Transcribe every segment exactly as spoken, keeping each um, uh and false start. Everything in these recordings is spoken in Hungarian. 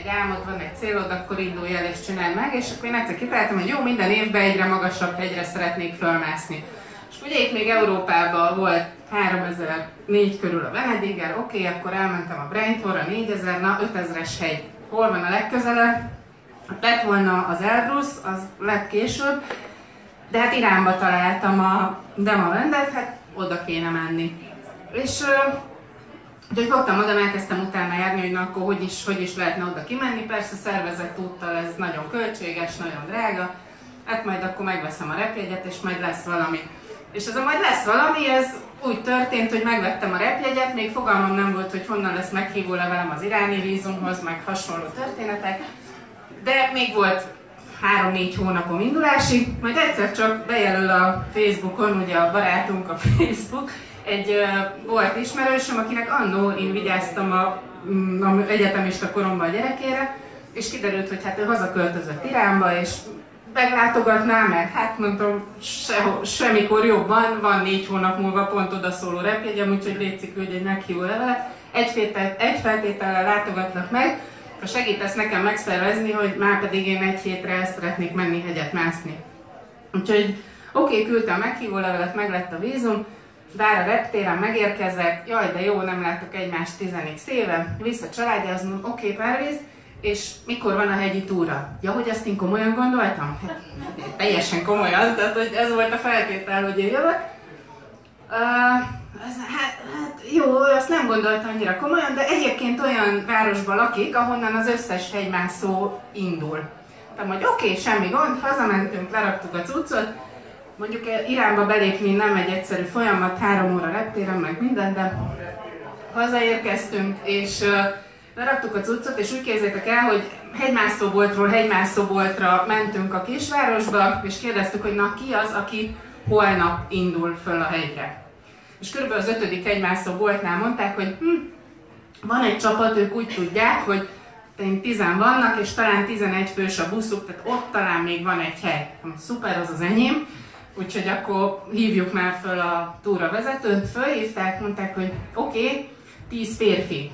egy álmod, van egy célod, akkor indulj el és csináld meg, és akkor én egyszer kitaláltam, hogy jó, minden évben egyre magasabb hegyre szeretnék fölmászni. És ugye itt még Európában volt háromezer-négy körül a Venediggel, oké, okay, akkor elmentem a Braintorra, négyezer, na ötezres hegy. Hol van a legközelebb? Lett volna az Elbrus, az lett később, de hát Iránba találtam a Demavendet, hát oda kéne menni. És úgyhogy fogtam oda, elkezdtem utána járni, hogy na akkor hogy is, hogy is lehetne oda kimenni, persze szervezett úttal ez nagyon költséges, nagyon drága, hát majd akkor megveszem a repjegyet és majd lesz valami. És ez a majd lesz valami, ez úgy történt, hogy megvettem a repjegyet, még fogalmam nem volt, hogy honnan lesz meghívó levelem az iráni vízumhoz, meg hasonló történetek, de még volt három-négy hónapom indulásig, majd egyszer csak bejelöl a Facebookon, ugye a barátunk a Facebook, egy uh, volt ismerősöm, akinek annó én vigyáztam a, a egyetemista koromban a gyerekére, és kiderült, hogy hát ő hazaköltözött Iránba, és meglátogatná, mert hát mondtam, se, semmikor jobban, van négy hónap múlva pont odaszóló repjegyem, úgyhogy létszik, hogy egy meghívó levelet. Egy, egy feltétellel látogatnak meg, ha segítesz nekem megszervezni, hogy már pedig én egy hétre el szeretnék menni hegyet mászni. Úgyhogy oké, okay, küldtem a meghívó levelet, meg lett a vízum, bár a reptéren megérkezek, jaj de jó, nem láttuk egymást tíz éve, vissza családja, azt mondom, oké, okay, párvíz, és mikor van a hegyi túra? Ja, hogy ezt én komolyan gondoltam? Teljesen komolyan, tehát hogy ez volt a feltétel, hogy én jövök. Uh, ez, hát, hát jó, azt nem gondoltam annyira komolyan, de egyébként olyan városban lakik, ahonnan az összes hegymászó indul. Tehát, hogy oké, okay, semmi gond, hazamentünk, leraktuk a cuccot, mondjuk Iránba belépni nem egy egyszerű folyamat, három óra reptéren, meg minden, de hazaérkeztünk, és uh, leraktuk a cuccot, és úgy képzeljétek el, hogy hegymászóboltról hegymászóboltra mentünk a kisvárosba, és kérdeztük, hogy na ki az, aki holnap indul föl a hegyre. És körülbelül az ötödik hegymászóboltnál mondták, hogy hm, van egy csapat, ők úgy tudják, hogy tizen vannak, és talán tizenegy fős a buszuk, tehát ott talán még van egy hely. Szuper, az az enyém. Úgyhogy akkor hívjuk már föl a túravezetőt, fölhívták, mondták, hogy oké, okay, tíz férfi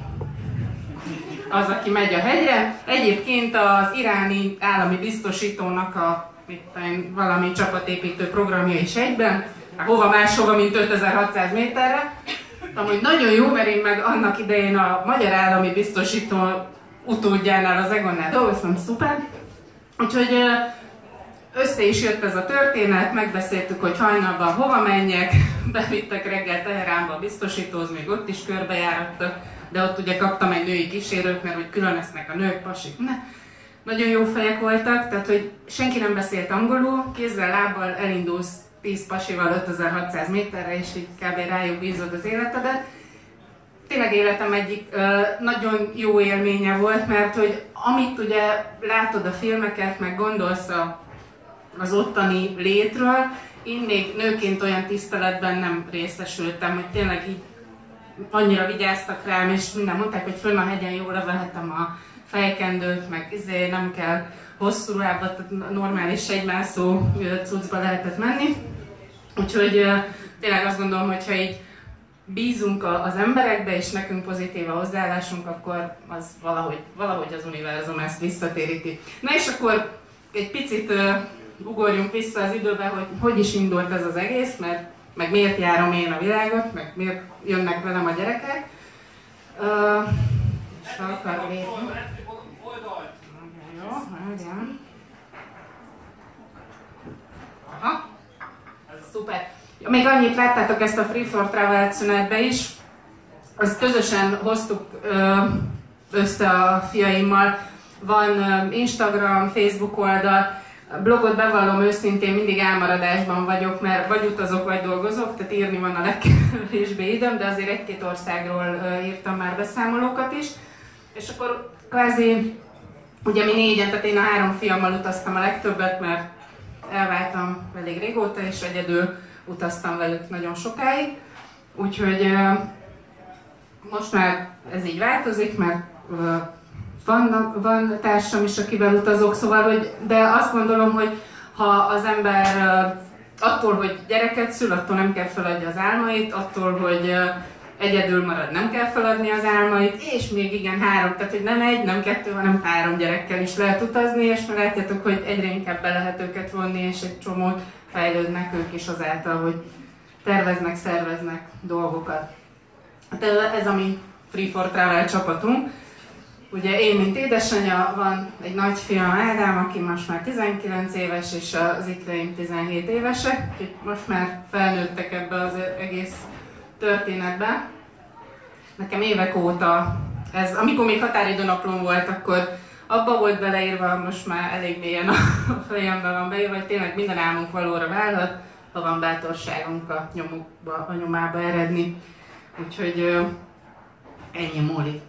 az, aki megy a hegyre. Egyébként az iráni állami biztosítónak a mit, valami csapatépítő programja is egyben, hova máshova, mint ötezer-hatszáz méterre. Amúgy nagyon jó, mert én meg annak idején a magyar állami biztosító utódjánál, az Egonnál dolgoztam, szuper. Úgyhogy össze is jött ez a történet, megbeszéltük, hogy hajnalban hova menjek, bevittek reggel Teheránba a biztosítóhoz, még ott is körbejárattak, de ott ugye kaptam egy női kísérőt, mert hogy külön lesznek a nők, pasik, ne. Nagyon jó fejek voltak, tehát hogy senki nem beszélt angolul, kézzel, lábbal elindulsz tíz pasival ötezer-hatszáz méterre, és így kb. Rájuk bízod az életedet. Tényleg életem egyik ö, nagyon jó élménye volt, mert hogy amit ugye látod a filmeket, meg gondolsz a, az ottani létről, én még nőként olyan tiszteletben nem részesültem, hogy tényleg így annyira vigyáztak rám, és minden mondták, hogy fönn a hegyen jól levehetem a fejkendőt, meg izé nem kell hosszú ruhába, tehát normális egymászó cuccba lehetett menni. Úgyhogy tényleg azt gondolom, hogyha így bízunk az emberekbe, és nekünk pozitív a hozzáállásunk, akkor az valahogy, valahogy az univerzum ezt visszatéríti. Na és akkor egy picit uh, ugorjunk vissza az időbe, hogy hogy is indult ez az egész, mert meg miért járom én a világot, meg miért jönnek velem a gyerekek. Uh, és akar lépni. Jó, várjál. Aha, szuper. Még annyit láttátok ezt a Free for Travel szünetbe is, azt közösen hoztuk össze a fiaimmal. Van Instagram, Facebook oldal, blogot bevallom őszintén, mindig elmaradásban vagyok, mert vagy utazok, vagy dolgozok, tehát írni van a legkevésbé időm, de azért egy-két országról írtam már beszámolókat is. És akkor kvázi, ugye mi négyen, tehát én a három fiammal utaztam a legtöbbet, mert elváltam elég régóta, és egyedül utaztam velük nagyon sokáig. Úgyhogy most már ez így változik, mert van, van társam is, akivel utazok, szóval, hogy, de azt gondolom, hogy ha az ember attól, hogy gyereket szül, attól nem kell feladja az álmait, attól, hogy egyedül marad, nem kell feladni az álmait, és még igen három, tehát hogy nem egy, nem kettő, hanem három gyerekkel is lehet utazni, és már látjátok, hogy egyre inkább be lehet őket vonni, és egy csomót fejlődnek ők is azáltal, hogy terveznek, szerveznek dolgokat. Hát ez a mi Free for Travel csapatunk. Ugye én, mint édesanyja, van egy nagyfiam Ádám, aki most már tizenkilenc éves, és az ikreim tizenhét évesek, úgyhogy most már felnőttek ebbe az egész történetbe. Nekem évek óta, ez, amikor még határidőnaplom volt, akkor abba volt beleírva, most már elég mélyen a fejemben van beírva, hogy tényleg minden álmunk valóra válhat, ha van bátorságunk a, nyomukba, a nyomába eredni. Úgyhogy ennyi múlik.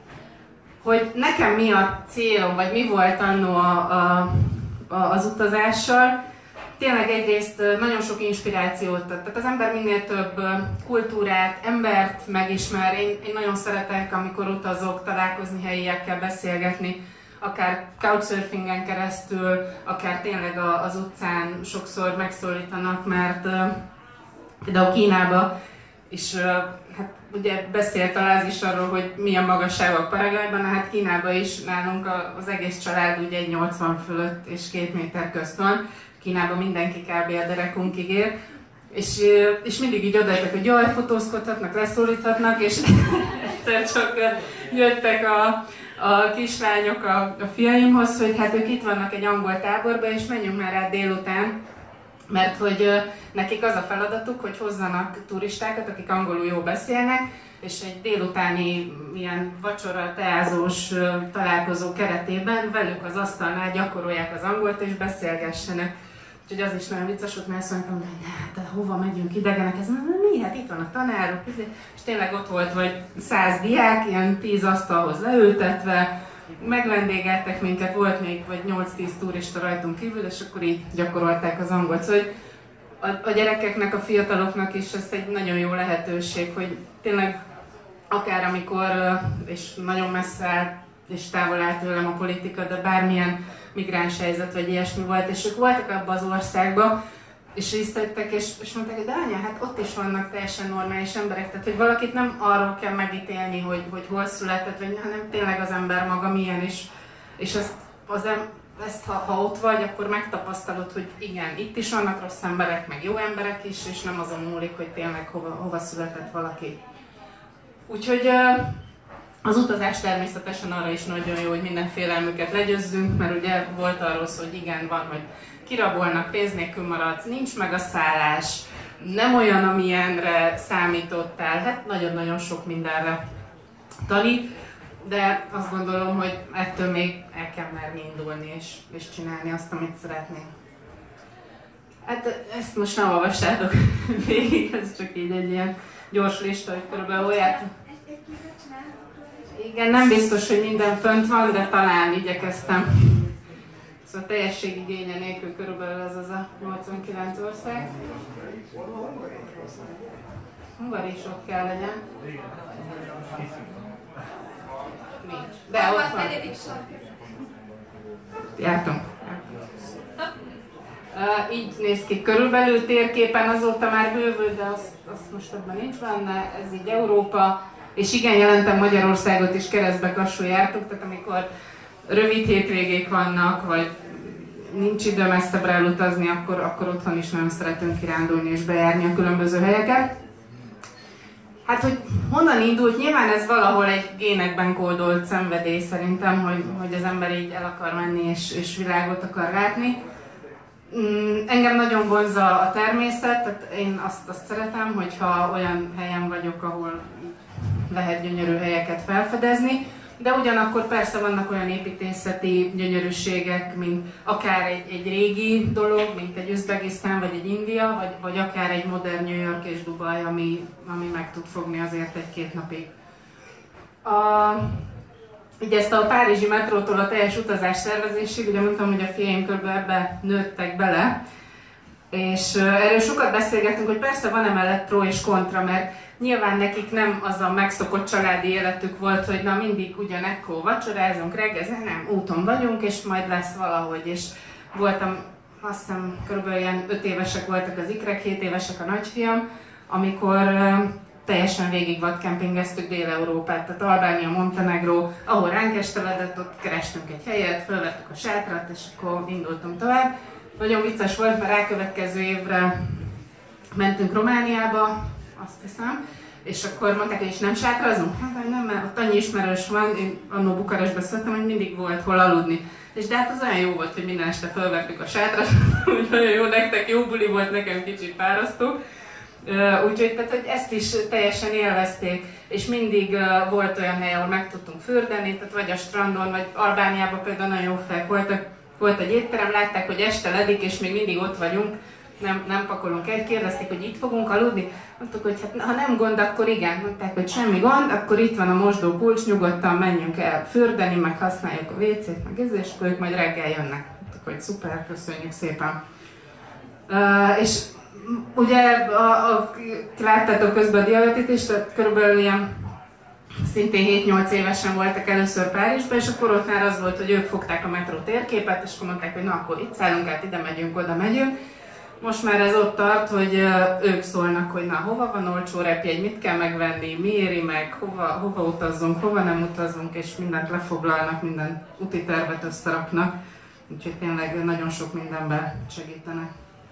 Hogy nekem mi a célom, vagy mi volt annó a, a, a, az utazással, tényleg egyrészt nagyon sok inspirációt ad. Tehát az ember minél több kultúrát, embert megismer. Én, én nagyon szeretek, amikor utazok, találkozni helyiekkel, beszélgetni, akár couchsurfingen keresztül, akár tényleg az utcán sokszor megszólítanak, mert például Kínában is, hát ugye beszélt az is arról, hogy milyen magasságok Paraguayban, hát Kínában is nálunk az egész család ugye egy nyolcvan fölött és két méter közt van. Kínában mindenki kb. A derekunkig ér. És, és mindig így odajöttek, hogy jaj, fotózkodhatnak, leszólíthatnak, és egyszer csak jöttek a, a kislányok a, a fiaimhoz, hogy hát ők itt vannak egy angol táborban, és menjünk már át délután, mert hogy nekik az a feladatuk, hogy hozzanak turistákat, akik angolul jól beszélnek, és egy délutáni ilyen vacsora, teázós találkozó keretében velük az asztalnál gyakorolják az angolt és beszélgessenek. Úgyhogy az is nagyon vicces, ott már azt mondtam, hogy hát hova megyünk idegenek, ez mi? Hát itt van a tanárok, és tényleg ott volt vagy száz diák, ilyen tíz asztalhoz leültetve, megvendégeltek minket, volt még vagy nyolc-tíz turista rajtunk kívül, és akkor így gyakorolták az angolt. Szóval a, a gyerekeknek, a fiataloknak is ez egy nagyon jó lehetőség, hogy tényleg akár amikor, és nagyon messze áll, és távol áll tőlem a politika, de bármilyen migráns helyzet vagy ilyesmi volt, és ők voltak abban az országban, és részt vettek, és, és mondták, hogy de anya, hát ott is vannak teljesen normális emberek, tehát hogy valakit nem arról kell megítélni, hogy, hogy hol született, vagy, hanem tényleg az ember maga milyen, és, és ezt, az em, ezt ha, ha ott vagy, akkor megtapasztalod, hogy igen, itt is vannak rossz emberek, meg jó emberek is, és nem azon múlik, hogy tényleg hova, hova született valaki. Úgyhogy az utazás természetesen arra is nagyon jó, hogy minden félelmüket legyőzzünk, mert ugye volt arról szó, hogy igen, van, hogy kirabolnak, pénz nélkül maradsz, nincs meg a szállás, nem olyan, amilyenre számítottál, hát nagyon-nagyon sok mindenre tanít, de azt gondolom, hogy ettől még el kell merni indulni és, és csinálni azt, amit szeretnénk. Hát ezt most nem olvassátok végig, ez csak így egy ilyen gyors lista, hogy körülbelül olyat. Igen, nem biztos, hogy minden fönt van, de talán igyekeztem. Szóval teljességigénye nélkül körülbelül ez az a nyolcvankilenc ország. Hungari is ott kell legyen. Nincs. De ott van. Jártunk. Uh, így néz ki körülbelül térképen, azóta már bővült, de azt, azt most ebben nincs benne. Ez így Európa. És igen, jelentem Magyarországot is keresztbe kassul jártuk, tehát amikor rövid hétvégék vannak, vagy nincs idő messzebbre elutazni, akkor, akkor otthon is nagyon szeretünk kirándulni és bejárni a különböző helyeket. Hát, hogy honnan indult? Nyilván ez valahol egy génekben kódolt szenvedély szerintem, hogy, hogy az ember így el akar menni és, és világot akar látni. Engem nagyon vonzza a természet, tehát én azt, azt szeretem, hogyha olyan helyen vagyok, ahol lehet gyönyörű helyeket felfedezni, de ugyanakkor persze vannak olyan építészeti gyönyörűségek, mint akár egy, egy régi dolog, mint egy Üzbegisztán vagy egy India, vagy, vagy akár egy modern New York és Dubaj, ami, ami meg tud fogni azért egy-két napig. A, ugye ezt a párizsi metrótól a teljes utazás szervezésig, ugye mondtam, hogy a fiaim kb. Ebbe nőttek bele, és erről sokat beszélgetünk, hogy persze van emellett pro és kontra, mert nyilván nekik nem az a megszokott családi életük volt, hogy na mindig ugyanekkor vacsorázunk, reggelizünk, nem, úton vagyunk, és majd lesz valahogy. És voltam, azt hiszem, kb. Ilyen öt évesek voltak az ikrek, hét évesek a nagyfiam, amikor teljesen végig vadkempingeztük Dél-Európát, tehát Albánia, Montenegró, ahol ránk esteledett, ott kerestünk egy helyet, felvettük a sátrat, és akkor indultunk tovább. Nagyon vicces volt, mert rákövetkező évre mentünk Romániába, azt hiszem, és akkor mondták, hogy is nem sátrazunk? Hát nem, mert ott annyi ismerős van, én annól Bukarestbe szóltam, hogy mindig volt hol aludni. És de hát az olyan jó volt, hogy minden este felvettük a sátrat, úgy nagyon jó, nektek jó buli volt, nekem kicsit fárasztó. Úgyhogy tehát, hogy ezt is teljesen élvezték, és mindig uh, volt olyan hely, ahol meg tudtunk fürdeni, tehát vagy a strandon, vagy Albániában például nagyon jó fejek voltak. Volt egy étterem, látták, hogy este ledik, és még mindig ott vagyunk, nem, nem pakolunk el, kérdezték, hogy itt fogunk aludni. Mondtuk, hogy hát, ha nem gond, akkor igen. Mondták, hogy semmi gond, akkor itt van a mosdókulcs, nyugodtan menjünk el fürdeni, meg használjuk a vécét, meg ez, és akkor ők majd reggel jönnek. Mondtuk, hogy szuper, köszönjük szépen. Uh, és ugye a, a, láttátok közben a diavetítést, tehát körülbelül ilyen szintén hét-nyolc évesen voltak először Párizsban, és akkor ott már az volt, hogy ők fogták a metró térképet, és akkor mondták, hogy na akkor itt szállunk át, ide megyünk, oda megyünk. Most már ez ott tart, hogy ők szólnak, hogy na hova van olcsó repjegy, mit kell megvenni, mi éri meg, hova, hova utazzunk, hova nem utazunk, és mindent lefoglalnak, minden úti tervet összeraknak. Úgyhogy tényleg nagyon sok mindenben segítenek.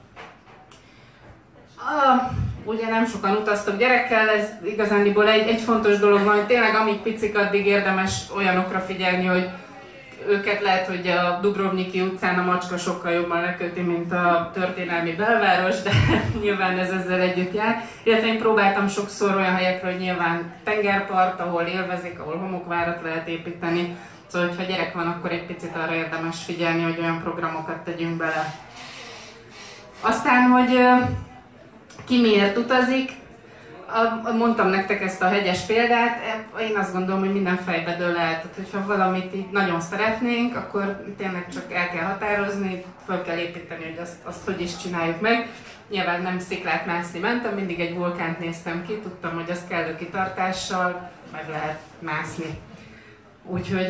Ah, ugye nem sokan utaztok gyerekkel, ez igazándiból egy, egy fontos dolog van, hogy tényleg amíg picik, addig érdemes olyanokra figyelni, hogy őket lehet, hogy a Dubrovniki utcán a macska sokkal jobban leköti, mint a történelmi belváros, de nyilván ez ezzel együtt jár. Illetve én próbáltam sokszor olyan helyekre, hogy nyilván tengerpart, ahol élvezik, ahol homokvárat lehet építeni. Szóval, hogyha gyerek van, akkor egy picit arra érdemes figyelni, hogy olyan programokat tegyünk bele. Aztán, hogy ki miért utazik, mondtam nektek ezt a hegyes példát, én azt gondolom, hogy minden fejbe dől el. Tehát, hogyha valamit így nagyon szeretnénk, akkor tényleg csak el kell határozni, fel kell építeni, hogy azt, azt hogy is csináljuk meg. Nyilván nem sziklát mászni mentem, mindig egy vulkánt néztem ki, tudtam, hogy azt kellő kitartással meg lehet mászni. Úgyhogy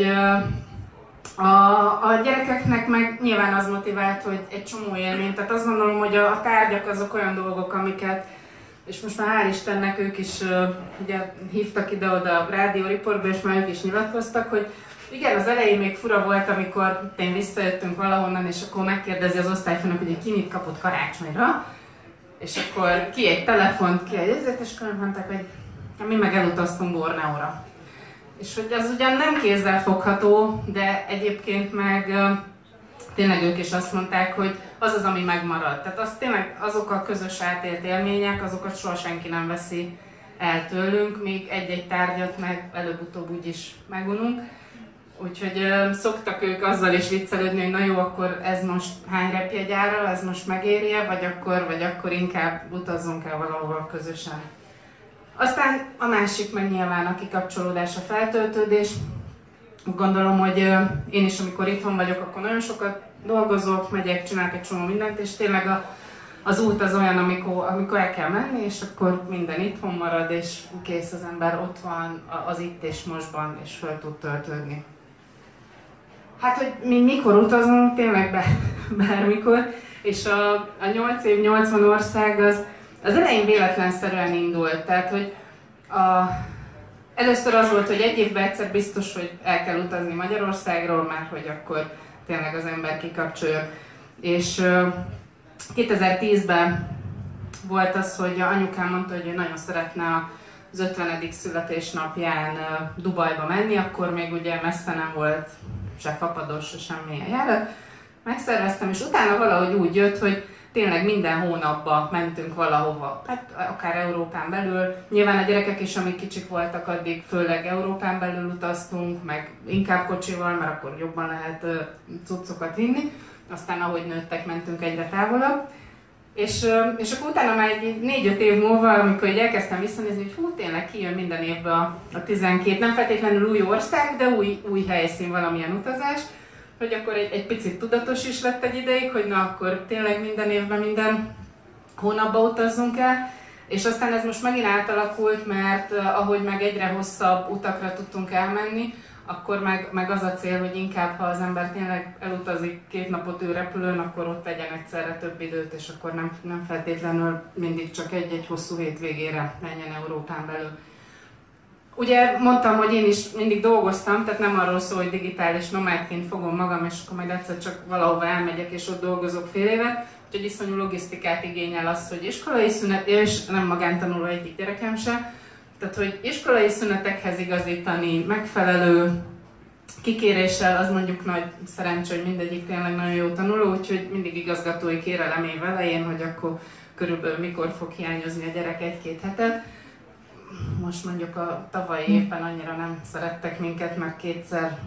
a, a gyerekeknek meg nyilván az motivált, hogy egy csomó élmény. Tehát azt gondolom, hogy a, a tárgyak azok olyan dolgok, amiket, és most már hál' Istennek ők is ugye, hívtak ide-oda a rádió riportba, és már ők is nyilatkoztak, hogy igen, az elején még fura volt, amikor én visszajöttünk valahonnan, és akkor megkérdezi az osztályfőnök, hogy ki mit kapott karácsonyra, és akkor ki egy telefont, ki egy ezért, és akkor mondták, hogy mi meg elutaztunk Borneóra. És hogy az ugyan nem kézzel fogható, de egyébként meg tényleg ők is azt mondták, hogy az az, ami megmarad. Tehát az tényleg azok a közös átélt élmények, azokat soha senki nem veszi el tőlünk, még egy-egy tárgyat meg előbb-utóbb úgyis megununk. Úgyhogy ö, szoktak ők azzal is viccelődni, hogy na jó, akkor ez most hány repjegyára, ez most megéri-e, vagy akkor, vagy akkor inkább utazzunk el valahol közösen. Aztán a másik meg nyilván a kikapcsolódás, a feltöltődés. Gondolom, hogy ö, én is, amikor itthon vagyok, akkor nagyon sokat dolgozok, megyek, csinálok egy csomó mindent, és tényleg a, az út az olyan, amikor, amikor el kell menni, és akkor minden itthon marad, és kész, az ember ott van az itt és mostban, és fel tud töltődni. Hát, hogy mi mikor utazunk, tényleg be, bármikor, és a, a nyolc év, nyolcvan ország az, az elején véletlenszerűen indult, tehát, hogy a, először az volt, hogy egy évben egyszer biztos, hogy el kell utazni Magyarországról, mert hogy akkor tényleg az ember kikapcsolja. És uh, kétezer-tízben volt az, hogy anyukám mondta, hogy ő nagyon szeretne az ötvenedik születésnapján uh, Dubajba menni, akkor még ugye messze nem volt se fapados, se semmilyen járat. Megszerveztem, és utána valahogy úgy jött, hogy tényleg minden hónapban mentünk valahova, hát akár Európán belül. Nyilván a gyerekek is, amik kicsik voltak, addig főleg Európán belül utaztunk, meg inkább kocsival, mert akkor jobban lehet uh, cuccokat vinni. Aztán ahogy nőttek, mentünk egyre távolabb. És, uh, és akkor utána már egy négy-öt év múlva, amikor így elkezdtem visszanézni, hogy hú, tényleg kijön minden évben a, a tizenkét, nem feltétlenül új ország, de új, új helyszín, valamilyen utazás, hogy akkor egy, egy picit tudatos is lett egy ideig, hogy na akkor tényleg minden évben, minden hónapban utazzunk el. És aztán ez most megint átalakult, mert uh, ahogy meg egyre hosszabb utakra tudtunk elmenni, akkor meg, meg az a cél, hogy inkább, ha az ember tényleg elutazik két napot ő repülőn, akkor ott legyen egyszerre több időt, és akkor nem, nem feltétlenül mindig csak egy-egy hosszú hétvégére menjen Európán belül. Ugye mondtam, hogy én is mindig dolgoztam, tehát nem arról szól, hogy digitális nomádként fogom magam, és akkor majd egyszer csak valahova elmegyek, és ott dolgozok fél évet. Úgyhogy iszonyú logisztikát igényel az, hogy iskolai szünet, és nem magántanuló egyik gyerekem se. Tehát, hogy iskolai szünetekhez igazítani, megfelelő kikéréssel, az mondjuk nagy szerencsé, hogy mindegyik tényleg nagyon jó tanuló, úgyhogy mindig igazgatói kérelem év elején, hogy akkor körülbelül mikor fog hiányozni a gyerek egy-két hetet. Most mondjuk a tavalyi évben annyira nem szerettek minket, mert kétszer,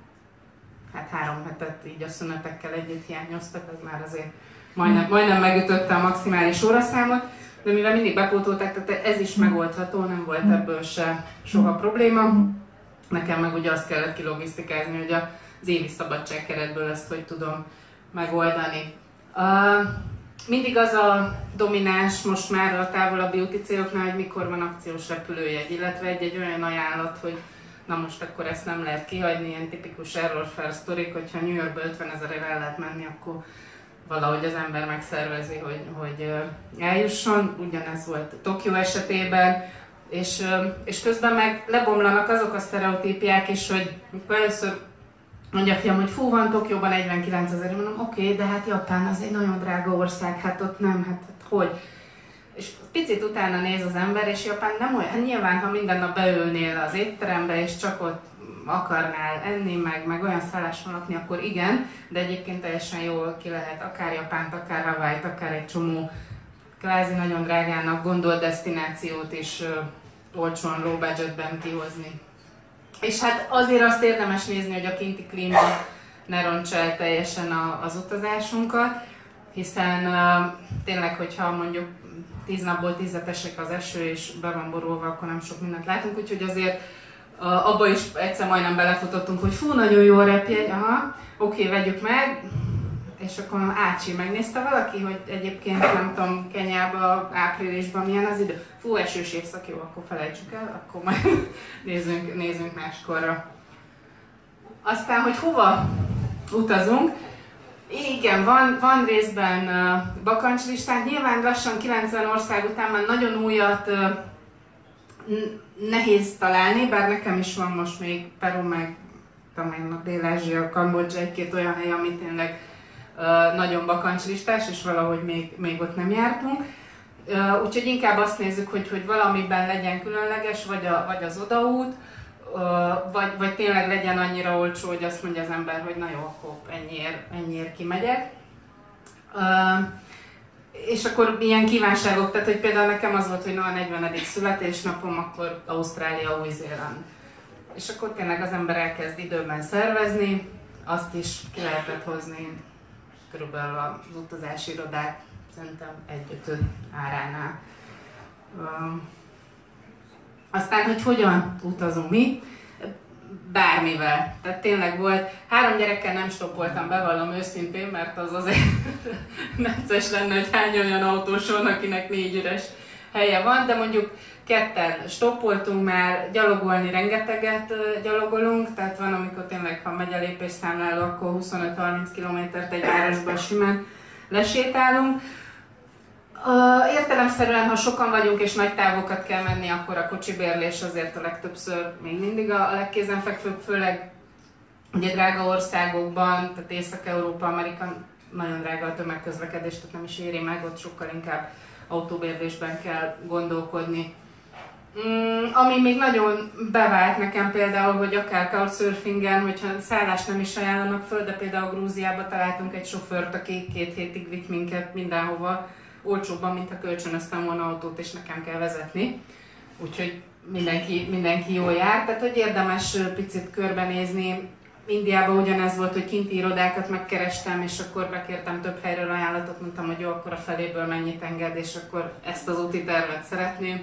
hát három hetet így a szünetekkel együtt hiányoztak, ez már azért majdnem, majdnem megütötte a maximális óraszámot, de mivel mindig bepótolták, tehát ez is megoldható, nem volt ebből se soha probléma. Nekem meg ugye azt kellett kilogisztikázni, hogy az évi szabadságkeretből ezt hogy tudom megoldani. Uh, mindig az a domináns most már a távolabbi úti céloknál, hogy mikor van akciós repülőjegy, illetve egy-egy olyan ajánlat, hogy na most akkor ezt nem lehet kihagyni, ilyen tipikus error-fair sztorik, hogyha New Yorkba ötvenezerért el lehet menni, akkor valahogy az ember megszervezi, hogy, hogy eljusson. Ugyanez volt Tokió esetében, és, és közben meg lebomlanak azok a sztereotípiák is, hogy mikor először mondja a fiam, hogy fú, van Tokióban negyvenkilencezer, mondom, oké, okay, de hát Japán az egy nagyon drága ország, hát ott nem, hát, hát hogy? És picit utána néz az ember, és Japán nem olyan, hát nyilván, ha minden nap beülnél az étterembe, és csak ott akarnál enni, meg, meg olyan szálláson lakni, akkor igen, de egyébként teljesen jól ki lehet akár Japánt, akár Hawaii-t, akár egy csomó kvázi nagyon drágának gondolt desztinációt is uh, olcsón, low budgetben kihozni. És hát azért azt érdemes nézni, hogy a kinti klíma ne rontsa el teljesen a, az utazásunkat, hiszen uh, tényleg, hogyha mondjuk tíz napból tízet esik az eső és be van borulva, akkor nem sok mindent látunk, úgyhogy azért uh, abba is egyszer majdnem belefutottunk, hogy fú, nagyon jó a repjegy, aha, oké, okay, vegyük meg, és akkor Ácsi megnézte valaki, hogy egyébként nem tudom, Kenyában, áprilisban milyen az idő. Fú, esős évszak, jó, akkor felejtsük el, akkor majd nézzünk, nézzünk máskorra. Aztán, hogy hova utazunk. Igen, van, van részben uh, bakancslistánk, nyilván lassan kilencven ország után már nagyon újat uh, nehéz találni, bár nekem is van most még Peru, meg tudom, Dél-Ázsia, Kambodzsa, egy-két olyan hely, ami tényleg uh, nagyon bakancslistás, és valahogy még, még ott nem jártunk. Uh, úgyhogy inkább azt nézzük, hogy, hogy valamiben legyen különleges, vagy, a, vagy az odaút, uh, vagy, vagy tényleg legyen annyira olcsó, hogy azt mondja az ember, hogy na jó, akkor ennyiért, ennyiért kimegyek. Uh, és akkor ilyen kívánságok, tehát hogy például nekem az volt, hogy na a negyvenedik születésnapom, akkor Ausztrália, Új-Zéland. És akkor tényleg az ember elkezd időben szervezni, azt is ki lehetett hozni körülbelül az utazási irodák, szerintem egy-ötöd áránál. Um, aztán, hogy hogyan utazunk mi? Bármivel. Tehát tényleg volt, három gyerekkel nem stoppoltam, bevallom őszintén, mert az azért necces lenne, hogy hány olyan autós van, akinek négy üres helye van, de mondjuk ketten stoppoltunk már, gyalogolni rengeteget gyalogolunk, tehát van, amikor tényleg, ha megy a lépésszámláló, akkor huszonöt-harminc kilométert egy városban simán lesétálunk. Értelemszerűen, ha sokan vagyunk és nagy távokat kell menni, akkor a kocsibérlés azért a legtöbbször még mindig a legkézenfekvőbb, főleg ugye drága országokban, tehát Észak-Európa, Amerika nagyon drága a tömegközlekedés, tehát nem is éri meg, ott sokkal inkább autóbérlésben kell gondolkodni. Mm, ami még nagyon bevált nekem például, hogy akár couchsurfingen, hogyha szállást nem is ajánlanak föl, de például Grúziába találtunk egy sofőrt, aki két hétig vitt minket mindenhova, olcsóbban, mint ha kölcsönöztem volna autót és nekem kell vezetni. Úgyhogy mindenki, mindenki jól jár, tehát hogy érdemes picit körbenézni. Indiában ugyanez volt, hogy kinti irodákat megkerestem, és akkor bekértem több helyről ajánlatot, mondtam, hogy jó, akkor a feléből mennyit enged, és akkor ezt az úti tervet szeretném,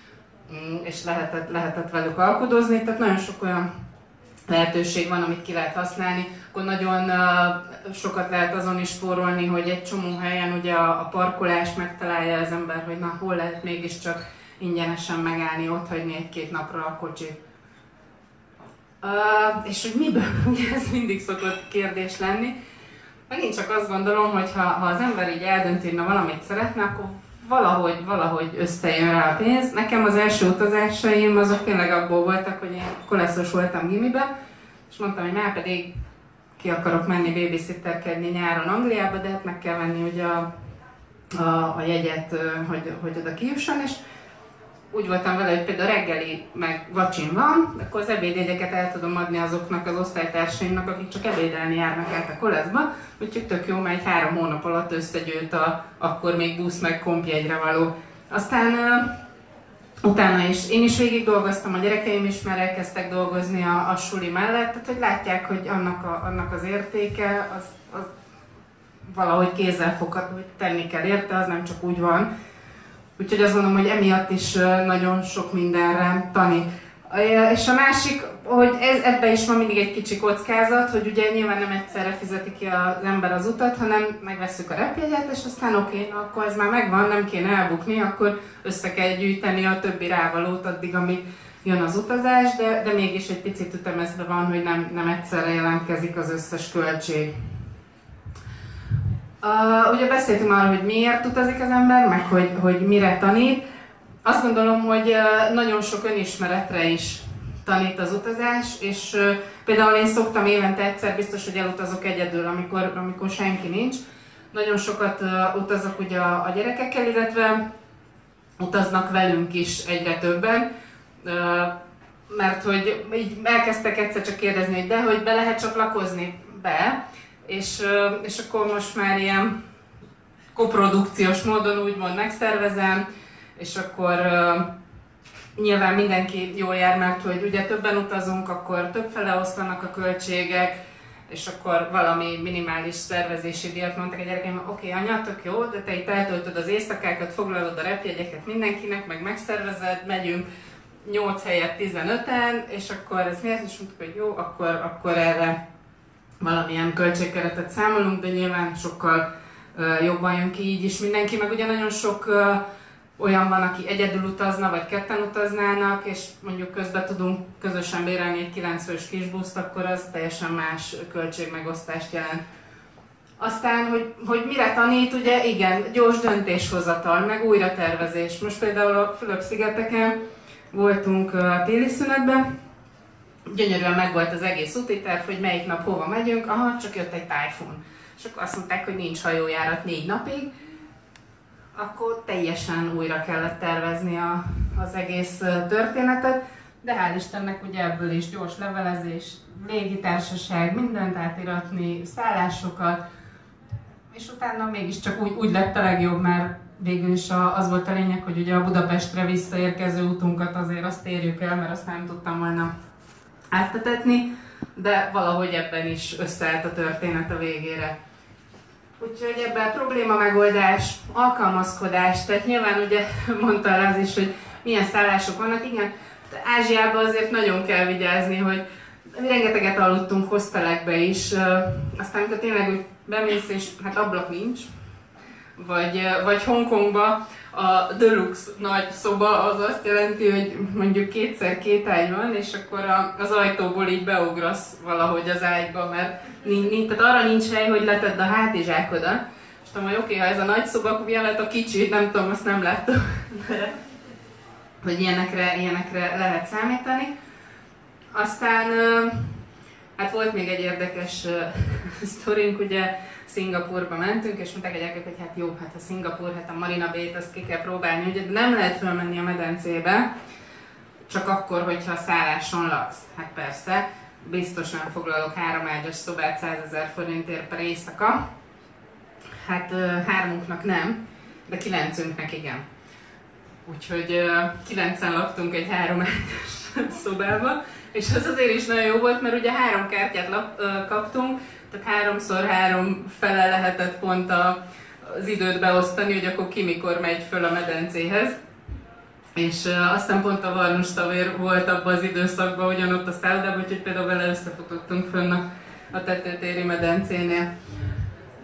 és lehetett, lehetett velük alkudozni, tehát nagyon sok olyan lehetőség van, amit ki lehet használni. Akkor nagyon uh, sokat lehet azon is spórolni, hogy egy csomó helyen ugye a, a parkolást megtalálja az ember, hogy na hol lehet mégiscsak ingyenesen megállni, ott hagyni egy-két napra a kocsit. Uh, és hogy miből, ugye ez mindig szokott kérdés lenni. Megint csak azt gondolom, hogy ha, ha az ember így eldönti, hogy na valamit szeretne, akkor valahogy, valahogy összejön rá a pénz. Nekem az első utazásaim azok tényleg abból voltak, hogy én koleszos voltam gimibe, és mondtam, hogy már pedig ki akarok menni babysitterkedni nyáron Angliába, de hát meg kell venni ugye a, a, a jegyet, hogy, hogy oda kijusson, és úgy voltam vele, hogy például reggeli meg vacsin van, akkor az ebédjegyeket el tudom adni azoknak az osztálytársaimnak, akik csak ebédelni járnak át a koleszba, úgyhogy tök jó, mert egy három hónap alatt összegyűlt a akkor még busz meg kompjegyre való. Aztán uh, utána is, én is végig dolgoztam, a gyerekeim is már elkezdtek dolgozni a, a suli mellett, tehát hogy látják, hogy annak, a, annak az értéke, az, az valahogy kézzelfogható, hogy tenni kell érte, az nem csak úgy van. Úgyhogy azt mondom, hogy emiatt is nagyon sok mindenre tanít. És a másik, hogy ez, ebben is van mindig egy kicsi kockázat, hogy ugye nyilván nem egyszerre fizeti ki az ember az utat, hanem megvesszük a repjegyet, és aztán oké, okay, akkor ez már megvan, nem kéne elbukni, akkor össze kell gyűjteni a többi rávalót addig, amíg jön az utazás, de, de mégis egy picit ütemezve van, hogy nem, nem egyszerre jelentkezik az összes költség. Uh, ugye beszéltünk arról, hogy miért utazik az ember, meg hogy, hogy mire tanít. Azt gondolom, hogy uh, nagyon sok önismeretre is tanít az utazás, és uh, például én szoktam évente egyszer biztos, hogy elutazok egyedül, amikor, amikor senki nincs. Nagyon sokat uh, utazok ugye a, a gyerekekkel, illetve utaznak velünk is egyre többen. Uh, mert hogy így elkezdtek egyszer csak kérdezni, hogy de hogy be lehet csatlakozni? Be. És, és akkor most már ilyen koprodukciós módon úgymond megszervezem, és akkor uh, nyilván mindenki jól jár, mert hogy ugye többen utazunk, akkor többfele oszlanak a költségek, és akkor valami minimális szervezési díjat mondtak a gyerekeim, oké, okay, anya, tök jó, de te itt eltöltöd az éjszakákat, foglalod a repjegyeket mindenkinek, meg megszervezed, megyünk nyolc helyett tizenöten, és akkor ez miért is mondtuk, hogy jó, akkor, akkor erre valamilyen költségkeretet számolunk, de nyilván sokkal uh, jobban jön ki így is mindenki, meg ugye nagyon sok uh, olyan van, aki egyedül utazna, vagy ketten utaznának, és mondjuk közben tudunk közösen bérelni egy kilencfős kisbuszt, akkor az teljesen más költségmegosztást jelent. Aztán, hogy, hogy mire tanít, ugye igen, gyors döntéshozatal, meg újratervezés. Most például a Fülöp-szigeteken voltunk uh, téli szünetben, gyönyörűen megvolt az egész úti terv, hogy melyik nap hova megyünk, aha, csak jött egy tájfun. És akkor azt mondták, hogy nincs hajójárat négy napig, akkor teljesen újra kellett tervezni a, az egész történetet, de hál' Istennek ugye ebből is gyors levelezés, légitársaság, mindent átiratni, szállásokat, és utána mégiscsak úgy, úgy lett a legjobb, mert végül is az volt a lényeg, hogy ugye a Budapestre visszaérkező utunkat azért azt érjük el, mert azt nem tudtam volna áttetetni, de valahogy ebben is összeállt a történet a végére. Úgyhogy ebben probléma megoldás, alkalmazkodás, tehát nyilván ugye mondta az is, hogy milyen szállások vannak, igen, Ázsiában azért nagyon kell vigyázni, hogy rengeteget aludtunk hostelekbe is, aztán amikor tényleg úgy bemész és hát ablak nincs, vagy, vagy Hongkongba a deluxe nagy szoba az azt jelenti, hogy mondjuk kétszer két ágy van, és akkor a, az ajtóból így beugrasz valahogy az ágyba, mert nincs, tehát arra nincs hely, hogy letedd a hátizsákodat. És tudom, hogy oké, okay, ha ez a nagy szoba, akkor milyen lett a kicsi, nem tudom, azt nem láttam, de hogy ilyenekre, ilyenekre lehet számítani. Aztán hát volt még egy érdekes sztorink, ugye Szingapúrba mentünk, és mondták a gyerekek, hogy hát jó, hát a Szingapúr, hát a Marina Bay-t azt ki kell próbálni, ugye nem lehet fölmenni a medencébe, csak akkor, hogyha a szálláson laksz. Hát persze, biztos nem foglalok három ágyas szobát százezer forintért per éjszaka. Hát hármunknak nem, de kilencünknek igen. Úgyhogy kilencen laktunk egy három ágyas szobába, és az azért is nagyon jó volt, mert ugye három kártyát lap, kaptunk, tehát háromszor három fele lehetett pont a, az időt beosztani, hogy akkor ki mikor megy föl a medencéhez. És uh, aztán pont a Varnus szavér volt abban az időszakban ugyanott a szállodában, úgyhogy például vele összefutottunk fönn a, a tetőtéri medencénél.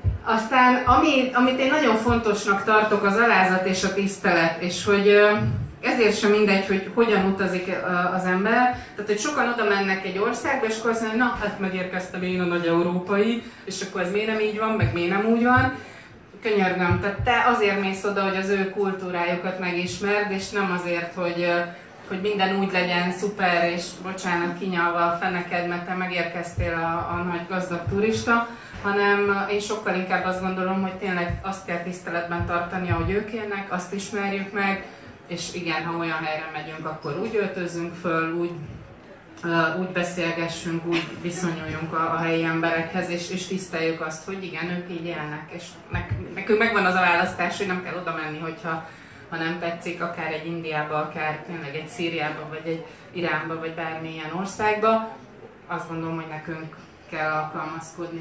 Aztán ami, amit én nagyon fontosnak tartok, az alázat és a tisztelet, és hogy uh, ezért sem mindegy, hogy hogyan utazik az ember. Tehát, hogy sokan oda mennek egy országba, és akkor azt mondják, na, hát megérkeztem én a nagy európai, és akkor ez miért nem így van, meg miért nem úgy van. Könyörgöm, tehát te azért mész oda, hogy az ő kultúrájukat megismerd, és nem azért, hogy, hogy minden úgy legyen szuper, és bocsánat, kinyalva a feneked, mert te megérkeztél a, a nagy gazdag turista, hanem én sokkal inkább azt gondolom, hogy tényleg azt kell tiszteletben tartani, ahogy ők élnek, azt ismerjük meg, és igen, ha olyan helyre megyünk, akkor úgy öltözzünk föl, úgy, uh, úgy beszélgessünk, úgy viszonyuljunk a, a helyi emberekhez, és, és tiszteljük azt, hogy igen, ők így élnek, és nek, nekünk megvan az a választás, hogy nem kell oda menni, hogyha ha nem tetszik, akár egy Indiába, akár tényleg egy Szíriába, vagy egy Iránba, vagy bármilyen országba. Azt gondolom, hogy nekünk kell alkalmazkodni.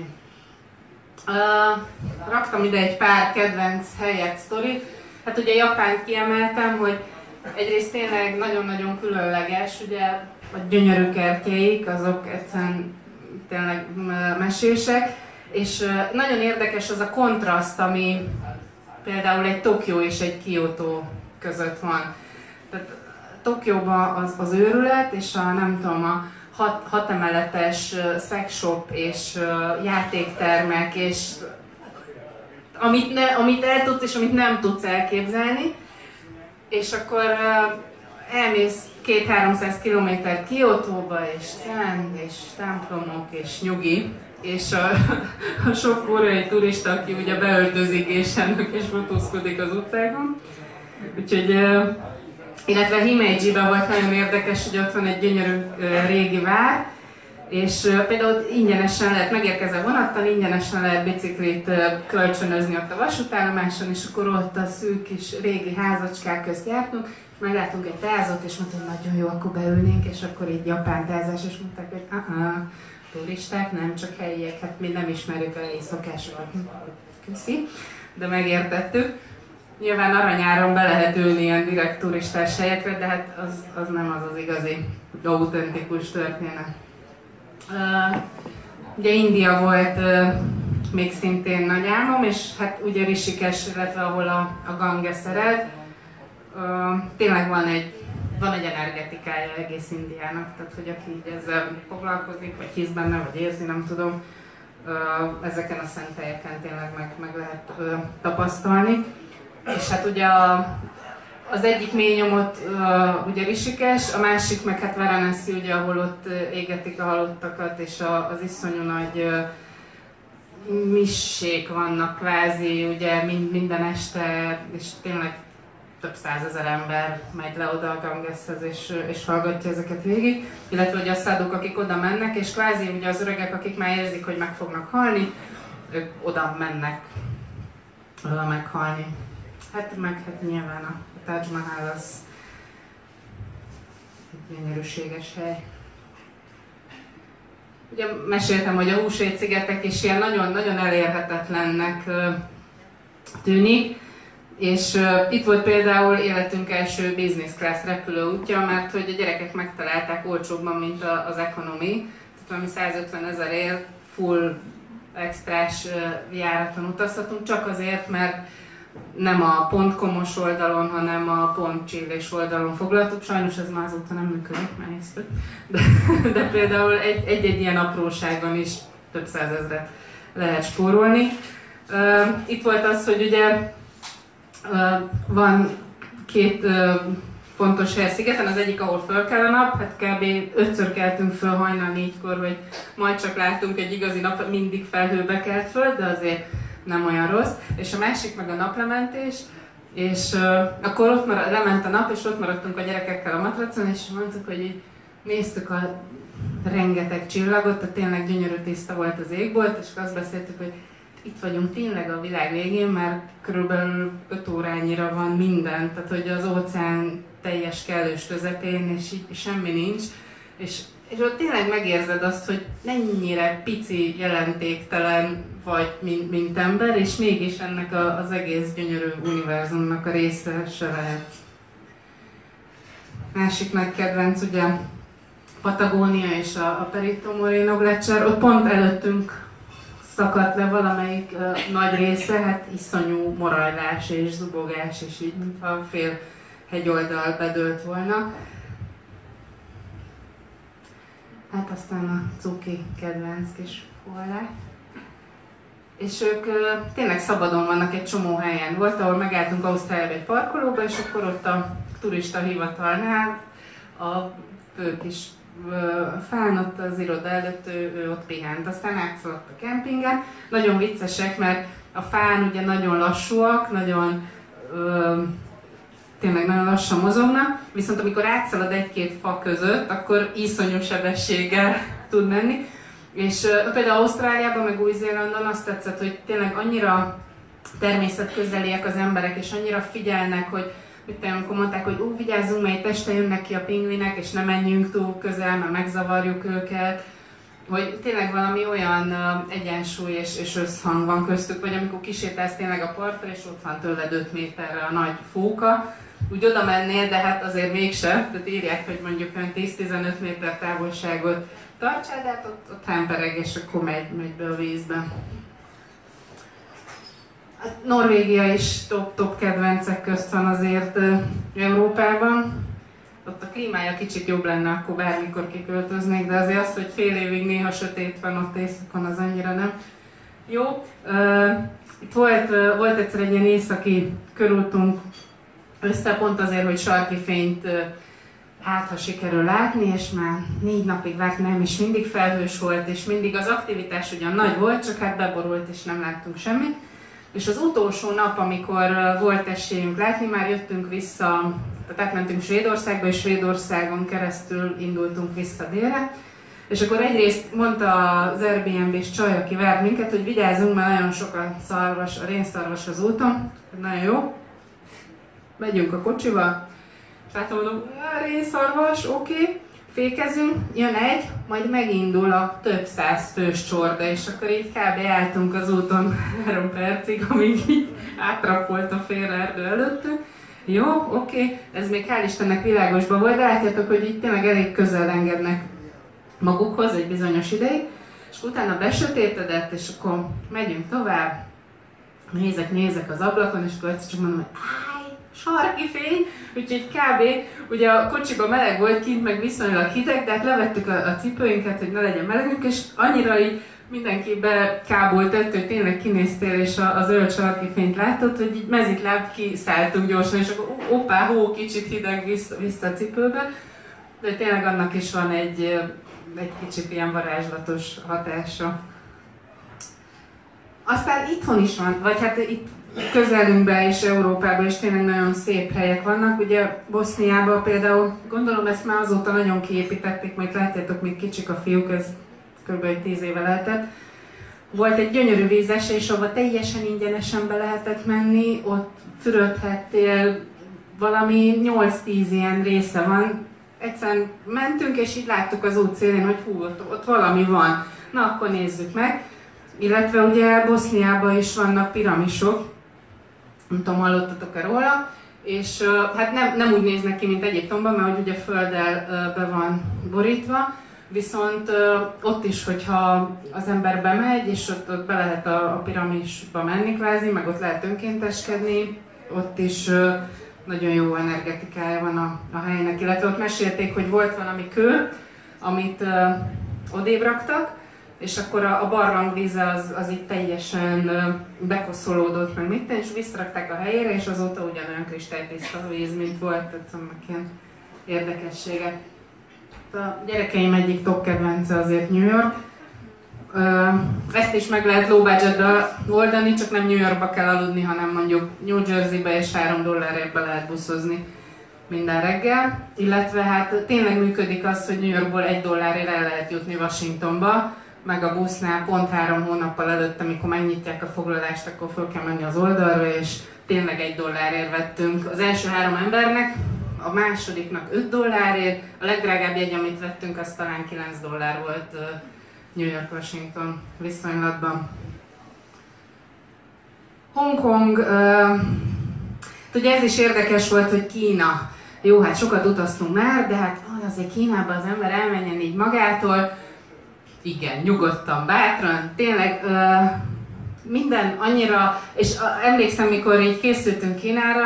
Uh, raktam ide egy pár kedvenc helyet, sztorit. Hát ugye Japánt kiemeltem, hogy egyrészt tényleg nagyon-nagyon különleges, ugye a gyönyörű kertjeik, azok egyszerűen tényleg mesések, és uh, nagyon érdekes az a kontraszt, ami például egy Tokió és egy Kyoto között van. Tehát Tokióban az, az őrület, és a nem tudom, a hat, hat emeletes szexshop és uh, játéktermek, és amit, ne, amit el tudsz és amit nem tudsz elképzelni, és akkor uh, elmész két-háromszáz kilométert Kyotóba, és szent, és templomok, és nyugi, és a, a sok koreai turista, aki ugye beöltözik és ennek és fotózkodik az utcákon. Úgyhogy, uh, illetve Himeji-ben volt nagyon érdekes, hogy ott van egy gyönyörű uh, régi vár, és uh, például ingyenesen lehet, megérkezel vonattal, ingyenesen lehet biciklit uh, kölcsönözni ott a vasútállomáson, és akkor ott a szűk kis régi házacskák közt jártunk, meglátunk egy tázat, és mondta, hogy nagyon jó, akkor beülnénk, és akkor így japán tázás, és mondták, hogy aha, turisták, nem csak helyiek, hát mi nem ismerjük a helyi szokásokat. Köszi, de megértettük. Nyilván aranyáron be lehet ülni ilyen direkt turistás helyekre, de hát az, az nem az az igazi, autentikus történet. Uh, ugye India volt uh, még szintén nagy álmom, és hát ugye Rishikesh, illetve ahol a, a Ganges ered, uh, tényleg van egy, van egy energetikája egész Indiának, tehát hogy aki így ezzel foglalkozik, vagy hisz benne, vagy érzi, nem tudom, uh, ezeken a szent helyeken tényleg meg, meg lehet uh, tapasztalni. És hát ugye a, az egyik mély nyomot uh, ugye Rishikesh, a másik meg hát Varanasi, ugye, ahol ott uh, égetik a halottakat, és a, az iszonyú nagy uh, missék vannak kvázi, ugye mind, minden este, és tényleg több százezer ember megy le oda a Gangeshez, és, és hallgatja ezeket végig. Illetve ugye a száduk, akik oda mennek, és kvázi ugye az öregek, akik már érzik, hogy meg fognak halni, ők oda mennek oda meghalni. Hát meg hát nyilván a, a Taj Mahal az egy gyönyörűséges hely. Ugye meséltem, hogy a Húsvét-szigetek is ilyen nagyon-nagyon elérhetetlennek tűnik, és uh, itt volt például életünk első business class repülőútja, mert hogy a gyerekek megtalálták olcsóbban, mint a, az economy, tehát valami százötven ezerért full extrás uh, járaton utazhatunk, csak azért, mert nem a pont komos oldalon, hanem a pont csillés oldalon foglaltuk. Sajnos ez már azóta nem működik, már néztük. De, de például egy-egy ilyen apróságon is több százezret lehet spórolni. Uh, itt volt az, hogy ugye uh, van két uh, fontos hely a szigeten, az egyik, ahol föl kell a nap, hát kb. ötször keltünk föl hajnal négykor, hogy majd csak látunk egy igazi nap, mindig felhőbe kelt föl, de azért nem olyan rossz, és a másik meg a naplementés, és uh, akkor ott marad, lement a nap, és ott maradtunk a gyerekekkel a matracon, és mondtuk, hogy így néztük a rengeteg csillagot, tehát tényleg gyönyörű tiszta volt az égbolt, és azt beszéltük, hogy itt vagyunk tényleg a világ végén, mert körülbelül öt órányira van minden, tehát hogy az óceán teljes kellős közepén, és így semmi nincs, és és ott tényleg megérzed azt, hogy mennyire pici, jelentéktelen vagy, mint, mint ember, és mégis ennek a, az egész gyönyörű univerzumnak a része se lehet. Másik nagy kedvenc, ugye Patagónia és a, a Perito Moreno Glacier, ott pont előttünk szakadt le valamelyik uh, nagy része, hát iszonyú morajlás és zubogás, és így, mintha fél hegyoldal bedőlt volna. Hát aztán a cuki kedvenc kis hollá. És ők tényleg szabadon vannak egy csomó helyen. Volt, ahol megálltunk Ausztráliában egy parkolóba, és akkor ott a turista hivatalnál a fő kis fán ott az iroda előtt, ő, ő ott pihent. Aztán átszaladt a kempingen. Nagyon viccesek, mert a fán ugye nagyon lassúak, nagyon ö, tényleg nagyon lassan mozognak, viszont amikor átszalad egy-két fa között, akkor iszonyú sebességgel tud menni. És uh, például Ausztráliában, meg Új-Zélandon azt tetszett, hogy tényleg annyira természetközeliek az emberek, és annyira figyelnek, hogy mit tudom, amikor mondták, hogy ú, vigyázzunk, mert este jönnek ki a pingvinek, és ne menjünk túl közel, mert megzavarjuk őket, hogy tényleg valami olyan uh, egyensúly és, és összhang van köztük, vagy amikor kisétálsz tényleg a partra, és ott van tőled öt méterre a nagy fóka, úgy oda mennél, de hát azért mégsem, tehát írják, hogy mondjuk olyan tíz-tizenöt méter távolságot tartsál, de hát ott, ott hempereg, és akkor megy, megy be a vízbe. A Norvégia is top-top kedvencek közt van azért uh, Európában. Ott a klímája kicsit jobb lenne, akkor bármikor kiköltöznék, de azért az, hogy fél évig néha sötét van ott éjszakon, az annyira nem jó. Uh, itt volt, uh, volt egyszer egy ilyen északi körútunk össze, pont azért, hogy sarki fényt uh, hát, ha sikerül látni, és már négy napig várt, nem, és mindig felhős volt, és mindig az aktivitás ugyan nagy volt, csak hát beborult, és nem láttunk semmit. És az utolsó nap, amikor volt esélyünk látni, már jöttünk vissza, tehát átmentünk Svédországba, és Svédországon keresztül indultunk vissza délre. És akkor egyrészt mondta az Airbnb-s csaj, aki várt minket, hogy vigyázzunk, mert nagyon sok a szarvas, a rénszarvas az úton. Nagyon jó. Megyünk a kocsival. És látom, mondom, rénszarvas, oké. Okay. Fékezünk, jön egy, majd megindul a több száz fős csorda, és akkor így kb. Álltunk az úton három percig, amíg így átrapolt a fél erdő előttünk. Jó, oké, okay. Ez még hál' Istennek világosban volt, de látjátok, hogy így tényleg elég közel engednek magukhoz egy bizonyos ideig, és utána besötétedett, és akkor megyünk tovább, nézek, nézek az ablakon, és akkor egyszer csak mondom, hogy áj, sarki fény, úgyhogy kb. Ugye a kocsiban meleg volt kint, meg viszonylag hideg, de hát levettük a, a cipőinket, hogy ne legyen melegünk, és annyira így mindenki bekábolt ettől, hogy tényleg kinéztél, és a, a zöld sarki fényt láttad, hogy így mezitláb kiszálltunk gyorsan, és akkor hoppá, hó, kicsit hideg vissza, vissza a cipőbe, de tényleg annak is van egy, egy kicsit ilyen varázslatos hatása. Aztán itthon is van, vagy hát itt közelünkben és Európában is tényleg nagyon szép helyek vannak. Ugye Boszniában például, gondolom ezt már azóta nagyon kiépítették, majd látjátok, még kicsik a fiúk, ez kb. tíz éve lehetett. Volt egy gyönyörű vízesés, ahol teljesen ingyenesen be lehetett menni, ott fürödhettél, valami nyolc-tíz ilyen része van. Egyszerűen mentünk, és így láttuk az út szélén, hogy hú, ott, ott valami van. Na, akkor nézzük meg. Illetve ugye Boszniában is vannak piramisok, nem tudom, hallottatok-e róla, és uh, hát nem, nem úgy néznek ki, mint Egyiptomban, mert hogy ugye földdel uh, be van borítva, viszont uh, ott is, hogyha az ember bemegy, és ott, ott be lehet a, a piramisba menni kvázi, meg ott lehet önkénteskedni, ott is uh, nagyon jó energetikája van a, a helynek, illetve ott mesélték, hogy volt valami kő, amit uh, odébb raktak, és akkor a, a barlangvíze az, az itt teljesen bekoszolódott, meg mit, és visszarakták a helyére, és azóta ugyanolyan kristálytiszta víz, mint volt, tehát meg ilyen érdekességek. A gyerekeim egyik top kedvence azért New York. Ezt is meg lehet low budgetbe oldani, csak nem New Yorkba kell aludni, hanem mondjuk New Jerseybe, és három dollárért be lehet buszozni minden reggel. Illetve hát tényleg működik az, hogy New Yorkból egy dollárért el lehet jutni Washingtonba, meg a busznál pont három hónappal előtt, amikor megnyitják a foglalást, akkor fel kell menni az oldalra, és tényleg egy dollárért vettünk az első három embernek, a másodiknak öt dollárért, a legdrágább jegy, amit vettünk, az talán kilenc dollár volt New York-Washington viszonylatban. Hongkong, uh, ugye ez is érdekes volt, hogy Kína. Jó, hát sokat utaztunk már, de hát azért Kínában az ember elmenjen így magától. Igen, nyugodtan, bátran, tényleg uh, minden annyira, és uh, emlékszem, mikor így készültünk Kínára,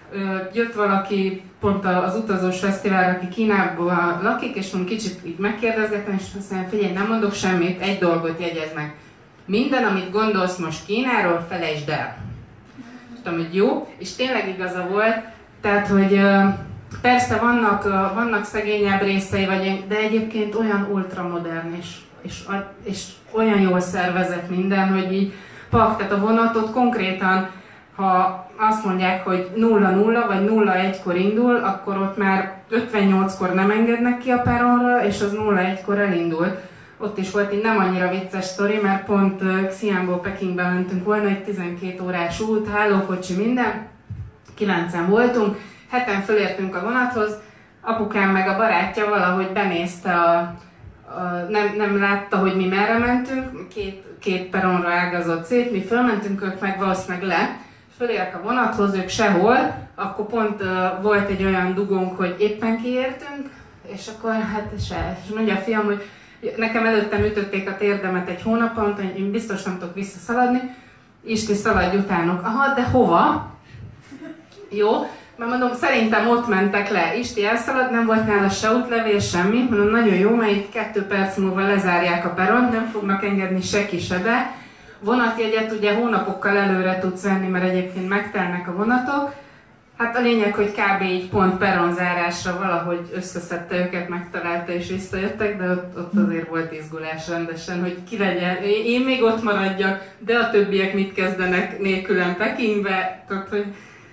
Jött valaki pont az utazós fesztiválra, aki Kínában lakik, és mondom, kicsit így megkérdezgettem, és azt mondja, figyelj, nem mondok semmit, egy dolgot jegyezd meg. Minden, amit gondolsz most Kínáról, felejtsd el. És tudom, hogy jó, és tényleg igaza volt, tehát, hogy persze vannak, vannak szegényebb részei, vagy, de egyébként olyan ultramodern, és, és, és olyan jól szervezett minden, hogy így pak, tehát a vonatot konkrétan, ha azt mondják, hogy nulla nulla vagy nulla egykor indul, akkor ott már ötvennyolckor nem engednek ki a peronra, és az nulla egykor elindult. Ott is volt egy nem annyira vicces sztori, mert pont Xi'anból Pekingbe mentünk volna, egy tizenkét órás út, hálókocsi, minden. Kilencen voltunk, heten fölértünk a vonathoz, apukám meg a barátja valahogy benézte a, a nem, nem látta, hogy mi merre mentünk, két, két peronra ágazott szét, mi fölmentünk, ők meg valószínűleg le, fölérek a vonathoz, ők sehol, akkor pont uh, volt egy olyan dugónk, hogy éppen kiértünk, és akkor hát se, és mondja a fiam, hogy nekem előttem ütötték a térdemet egy hónapon, hogy én biztos nem tudok visszaszaladni, Isti, szaladj utánok. Aha, de hova? Jó, mert mondom, szerintem ott mentek le, Isti elszalad, nem volt nála se útlevél, semmi, mondom, nagyon jó, mert itt kettő perc múlva lezárják a peront, nem fognak engedni se ki, se be. Vonatjegyet ugye hónapokkal előre tudsz venni, mert egyébként megtelnek a vonatok. Hát a lényeg, hogy kb. Így pont peronzárásra valahogy összeszedte őket, megtalálta és visszajöttek, de ott, ott azért volt izgulás rendesen, hogy ki legyen, én még ott maradjak, de a többiek mit kezdenek nélkülem Pekingbe, tehát hogy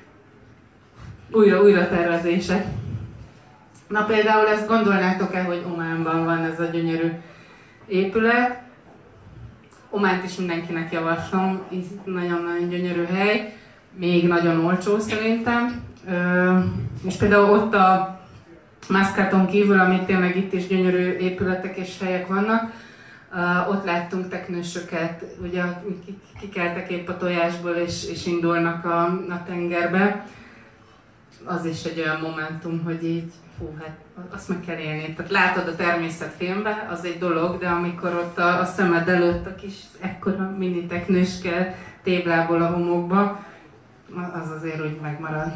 újra, újra tervezések. Na például ezt gondolnátok-e, hogy Ománban van ez a gyönyörű épület? Ománt is mindenkinek javaslom, ez nagyon-nagyon gyönyörű hely, még nagyon olcsó szerintem. És például ott a Mascaton kívül, amit tényleg itt is gyönyörű épületek és helyek vannak, ott láttunk teknősöket, ugye kikeltek épp a tojásból és, és indulnak a, a tengerbe. Az is egy olyan momentum, hogy így, hú, hát azt meg kell élni. Tehát látod a természetfilmbe, az egy dolog, de amikor ott a, a szemed előtt a kis ekkora mini teknőskkel téblából a homokba, az azért úgy megmarad.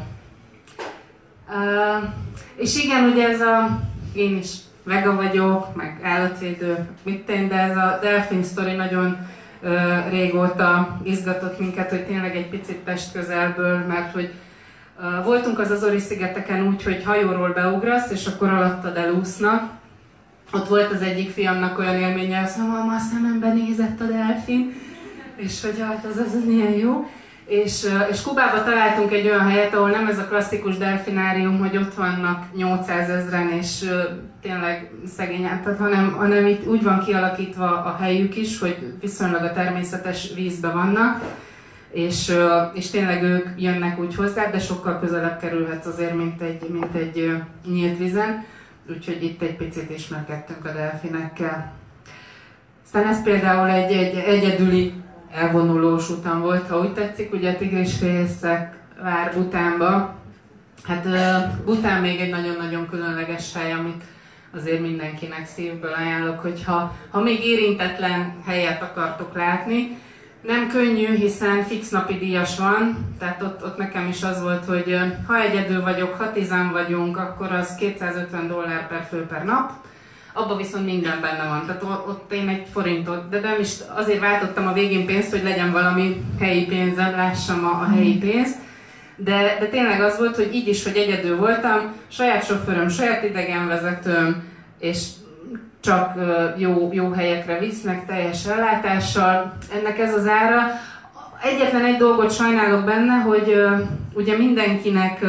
Uh, és igen, ugye ez a, én is vega vagyok, meg állatvédő, mit tenni, de ez a delfin sztori nagyon uh, régóta izgatott minket, hogy tényleg egy picit testközelből, mert hogy uh, voltunk az Azori-szigeteken úgy, hogy hajóról beugrasz, és akkor alattad elúsznak. Ott volt az egyik fiamnak olyan élménye, hogy mama, a szemembe nézett a delfin, és hogy hát az, az milyen jó. És, és Kubában találtunk egy olyan helyet, ahol nem ez a klasszikus delfinárium, hogy ott vannak nyolcszázezren és uh, tényleg szegény állat, hanem, hanem itt úgy van kialakítva a helyük is, hogy viszonylag a természetes vízben vannak, és, uh, és tényleg ők jönnek úgy hozzá, de sokkal közelebb kerülhetsz azért, mint egy, mint egy uh, nyílt vízen, úgyhogy itt egy picit ismerkedtünk a delfinekkel. Aztán ez például egy, egy egyedüli elvonulós utam volt, ha úgy tetszik, ugye a tigrisfészek vár Bhutánba. Hát Bhután még egy nagyon-nagyon különleges hely, amit azért mindenkinek szívből ajánlok, hogyha ha még érintetlen helyet akartok látni. Nem könnyű, hiszen fix napi díjas van, tehát ott, ott nekem is az volt, hogy ha egyedül vagyok, ha tizen vagyunk, akkor az kétszázötven dollár per fő per nap. Abban viszont minden benne van, tehát ott én egy forintot, de nem is azért váltottam a végén pénzt, hogy legyen valami helyi pénzem, lássam a, a helyi pénzt, de, de tényleg az volt, hogy így is, hogy egyedül voltam, saját sofőröm, saját idegenvezetőm, és csak jó, jó helyekre visznek, teljes ellátással. Ennek ez az ára. Egyetlen egy dolgot sajnálok benne, hogy ugye mindenkinek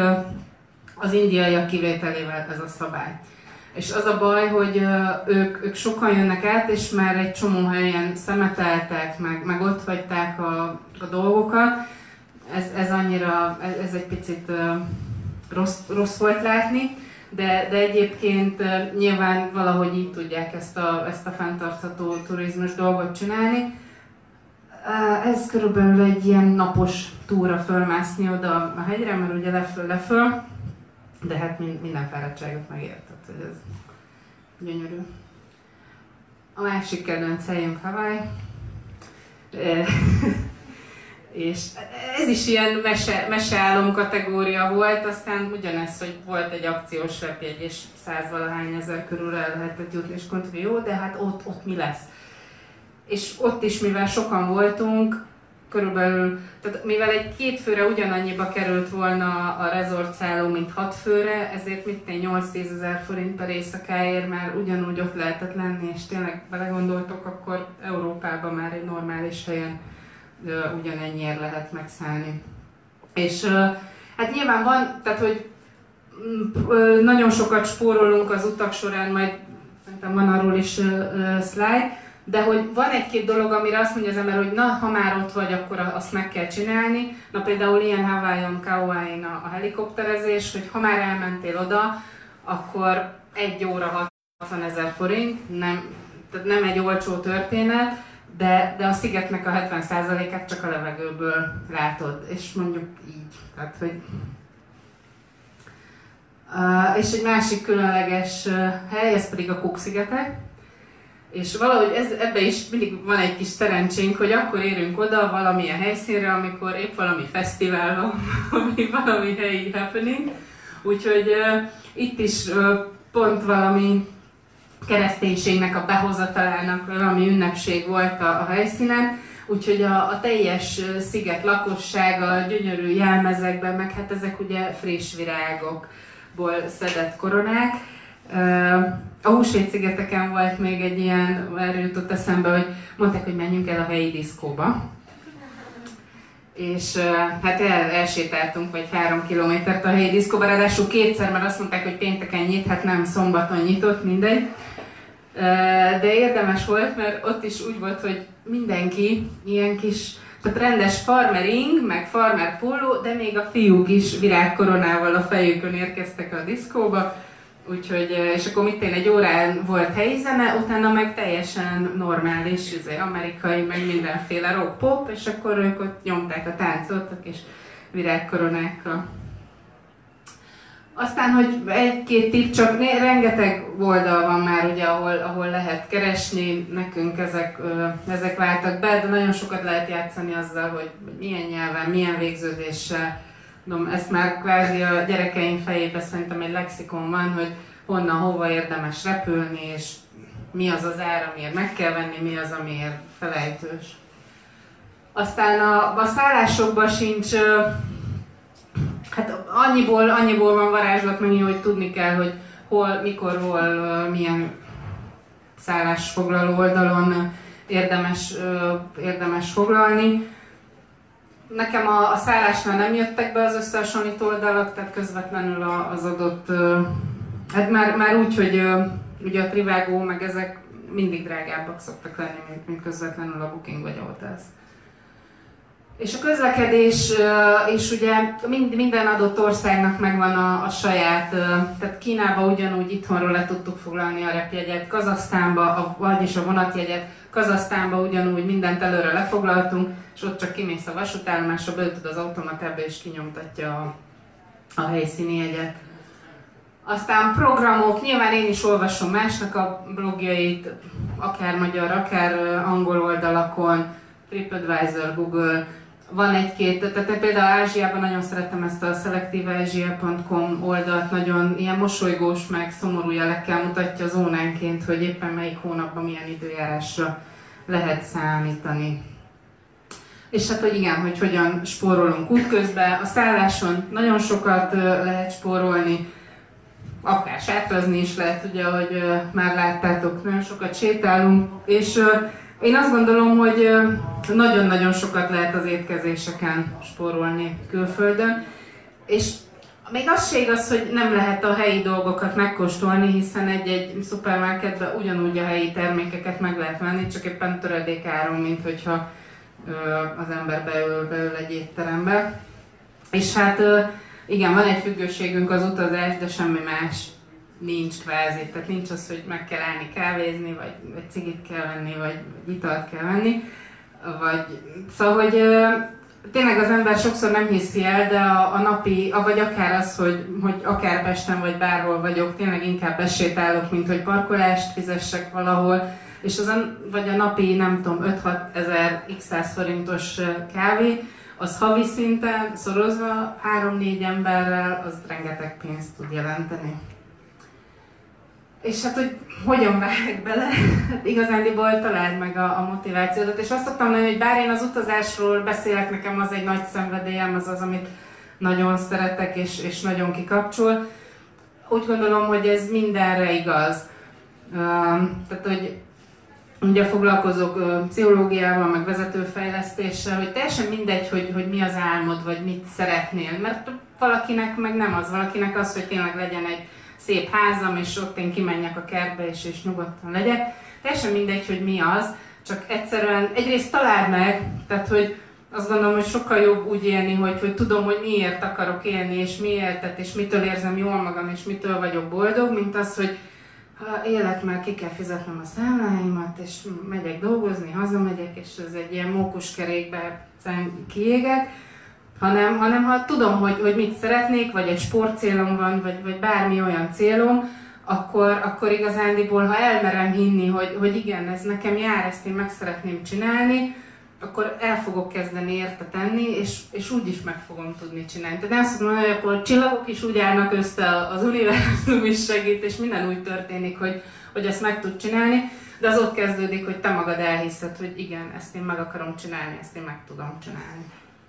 az indiaiak kivételével ez a szabály. És az a baj, hogy ők, ők sokan jönnek át, és már egy csomó helyen szemeteltek, meg, meg ott hagyták a, a dolgokat. Ez, ez annyira, ez, ez egy picit rossz, rossz volt látni, de, de egyébként nyilván valahogy így tudják ezt a, ezt a fenntartható turizmus dolgot csinálni. Ez körülbelül egy ilyen napos túra fölmászni oda a hegyre, mert ugye leföl-leföl, de hát minden fáradtságot megért, hogy ez gyönyörű. A másik kedvenc helyünk Hawaii. És ez is ilyen mese, meseálom kategória volt, aztán ugyanez, hogy volt egy akciós repjegy, és százvalahány ezer körül el lehetett jutni, és mondtuk, hogy jó, de hát ott, ott mi lesz? És ott is, mivel sokan voltunk, körülbelül, tehát mivel egy két főre ugyanannyiba került volna a resort szálló, mint hat főre, ezért mit nyolc-tízezer forint per éjszakáért már ugyanúgy ott lehetett lenni, és tényleg belegondoltok, akkor Európában már egy normális helyen ugyanennyiért lehet megszállni. És hát nyilván van, tehát hogy nagyon sokat spórolunk az utak során, majd szerintem van arról is slide, de hogy van egy-két dolog, amire azt mondja az ember, hogy na, ha már ott vagy, akkor azt meg kell csinálni. Na például ilyen Hawaiion, Kauain a, a helikopterezés, hogy ha már elmentél oda, akkor egy óra hatvanezer forint, nem, tehát nem egy olcsó történet, de, de a szigetnek a hetven százalékát csak a levegőből látod, és mondjuk így. Tehát, hogy uh, és egy másik különleges uh, hely, ez pedig a Cook-szigetek. És valahogy ez, ebbe is mindig van egy kis szerencsénk, hogy akkor érünk oda valamilyen helyszínre, amikor épp valami fesztivál van, valami, valami helyi happening. Úgyhogy uh, itt is uh, pont valami kereszténységnek a behozatalának valami ünnepség volt a, a helyszínen. Úgyhogy a, a teljes sziget lakossága gyönyörű jelmezekben, meg hát ezek ugye friss virágokból szedett koronák. A Húsvét-szigeteken volt még egy ilyen, erről jutott eszembe, hogy mondták, hogy menjünk el a helyi diszkóba. És hát el, elsétáltunk vagy három kilométert a helyi diszkóba, ráadásul kétszer, mert azt mondták, hogy pénteken nyit, hát nem, szombaton nyitott, mindegy. De érdemes volt, mert ott is úgy volt, hogy mindenki ilyen kis, tehát rendes farmering, meg farmer póló, de még a fiúk is virágkoronával a fejükön érkeztek a diszkóba. Úgyhogy, és akkor mit én egy órán volt helyi zene, utána meg teljesen normális, amerikai, meg mindenféle rock-pop, és akkor ők ott nyomták a táncot, és virágkoronákkal. Aztán, hogy egy-két tipp, csak rengeteg oldal van már, ugye, ahol, ahol lehet keresni, nekünk ezek, ezek váltak be, de nagyon sokat lehet játszani azzal, hogy milyen nyelven, milyen végződéssel. Ezt már kvázi a gyerekeim fejében szerintem egy lexikon van, hogy honnan, hova érdemes repülni, és mi az az ár, amiért meg kell venni, mi az, amiért felejtős. Aztán a, a szállásokban sincs, hát annyiból, annyiból van varázslat mennyi, hogy tudni kell, hogy hol, mikor, hol, milyen szállásfoglaló oldalon érdemes, érdemes foglalni. Nekem a, a szállásnál nem jöttek be az összehasonlító oldalak, tehát közvetlenül az adott, hát már, már úgy, hogy ugye a Trivago meg ezek mindig drágábbak szoktak lenni, mint, mint közvetlenül a Booking vagy a Hotels. És a közlekedés, és ugye mind, minden adott országnak megvan a, a saját, tehát Kínába ugyanúgy itthonról le tudtuk foglalni a repjegyet, Kazahsztánba, a, vagyis a vonatjegyet, Kazahsztánba ugyanúgy mindent előre lefoglaltunk, és ott csak kimész a vasútállomásra, beütöd az automatába és kinyomtatja a, a helyszíni jegyet. Aztán programok, nyilván én is olvasom másnak a blogjait, akár magyar, akár angol oldalakon, TripAdvisor, Google. Van egy-két, tehát például Ázsiában nagyon szeretem ezt a selective asia pont com oldalt, nagyon ilyen mosolygós, meg szomorú jelekkel mutatja zónánként, hogy éppen melyik hónapban milyen időjárásra lehet számítani. És hát, hogy igen, hogy hogyan spórolunk útközben. A szálláson nagyon sokat lehet spórolni, akár sátrazni is lehet, ugye, ahogy már láttátok, nagyon sokat sétálunk, és én azt gondolom, hogy nagyon-nagyon sokat lehet az étkezéseken spórolni külföldön, és még az se igaz, hogy nem lehet a helyi dolgokat megkóstolni, hiszen egy-egy szupermarketben ugyanúgy a helyi termékeket meg lehet venni, csak éppen töredék áron, mint hogyha az ember beül, beül egy étterembe. És hát igen, van egy függőségünk az utazás, de semmi más nincs kvázi. Tehát nincs az, hogy meg kell állni kávézni, vagy, vagy cigit kell venni, vagy, vagy italt kell venni. Vagy, szóval, hogy tényleg az ember sokszor nem hiszi el, de a, a napi, vagy akár az, hogy, hogy akár Pesten vagy bárhol vagyok, tényleg inkább besétálok, mint hogy parkolást fizessek valahol, és az a, vagy a napi, nem tudom, öt-hat ezer x száz forintos kávé, az havi szinten szorozva három-négy emberrel, az rengeteg pénzt tud jelenteni. És hát, hogy hogyan vágj bele, hát igazándiból találd meg a, a motivációdat. És azt szoktam mondani, hogy bár én az utazásról beszélek, nekem az egy nagy szenvedélyem, az az, amit nagyon szeretek és, és nagyon kikapcsol. Úgy gondolom, hogy ez mindenre igaz. Tehát, hogy ugye foglalkozok pszichológiával, meg vezetőfejlesztéssel, hogy teljesen mindegy, hogy, hogy mi az álmod, vagy mit szeretnél. Mert valakinek meg nem az, valakinek az, hogy tényleg legyen egy szép házam, és ott én kimenjek a kertbe, és, és nyugodtan legyek. Teljesen mindegy, hogy mi az, csak egyszerűen egyrészt találd meg, tehát hogy azt gondolom, hogy sokkal jobb úgy élni, hogy, hogy tudom, hogy miért akarok élni, és miért, és mitől érzem jól magam, és mitől vagyok boldog, mint az, hogy ha élek, mert ki kell fizetnem a számláimat, és megyek dolgozni, hazamegyek, és ez egy ilyen mókuskerékbe kiégek, hanem, hanem ha tudom, hogy, hogy mit szeretnék, vagy egy sportcélom van, vagy, vagy bármi olyan célom, akkor, akkor igazándiból, ha elmerem hinni, hogy, hogy igen, ez nekem jár, ezt én meg szeretném csinálni, akkor el fogok kezdeni érte tenni, és, és úgy is meg fogom tudni csinálni. Tehát nem azt mondom, hogy akkor a csillagok is úgy állnak össze, az univerzum is segít, és minden úgy történik, hogy, hogy ezt meg tud csinálni, de az ott kezdődik, hogy te magad elhiszed, hogy igen, ezt én meg akarom csinálni, ezt én meg tudom csinálni.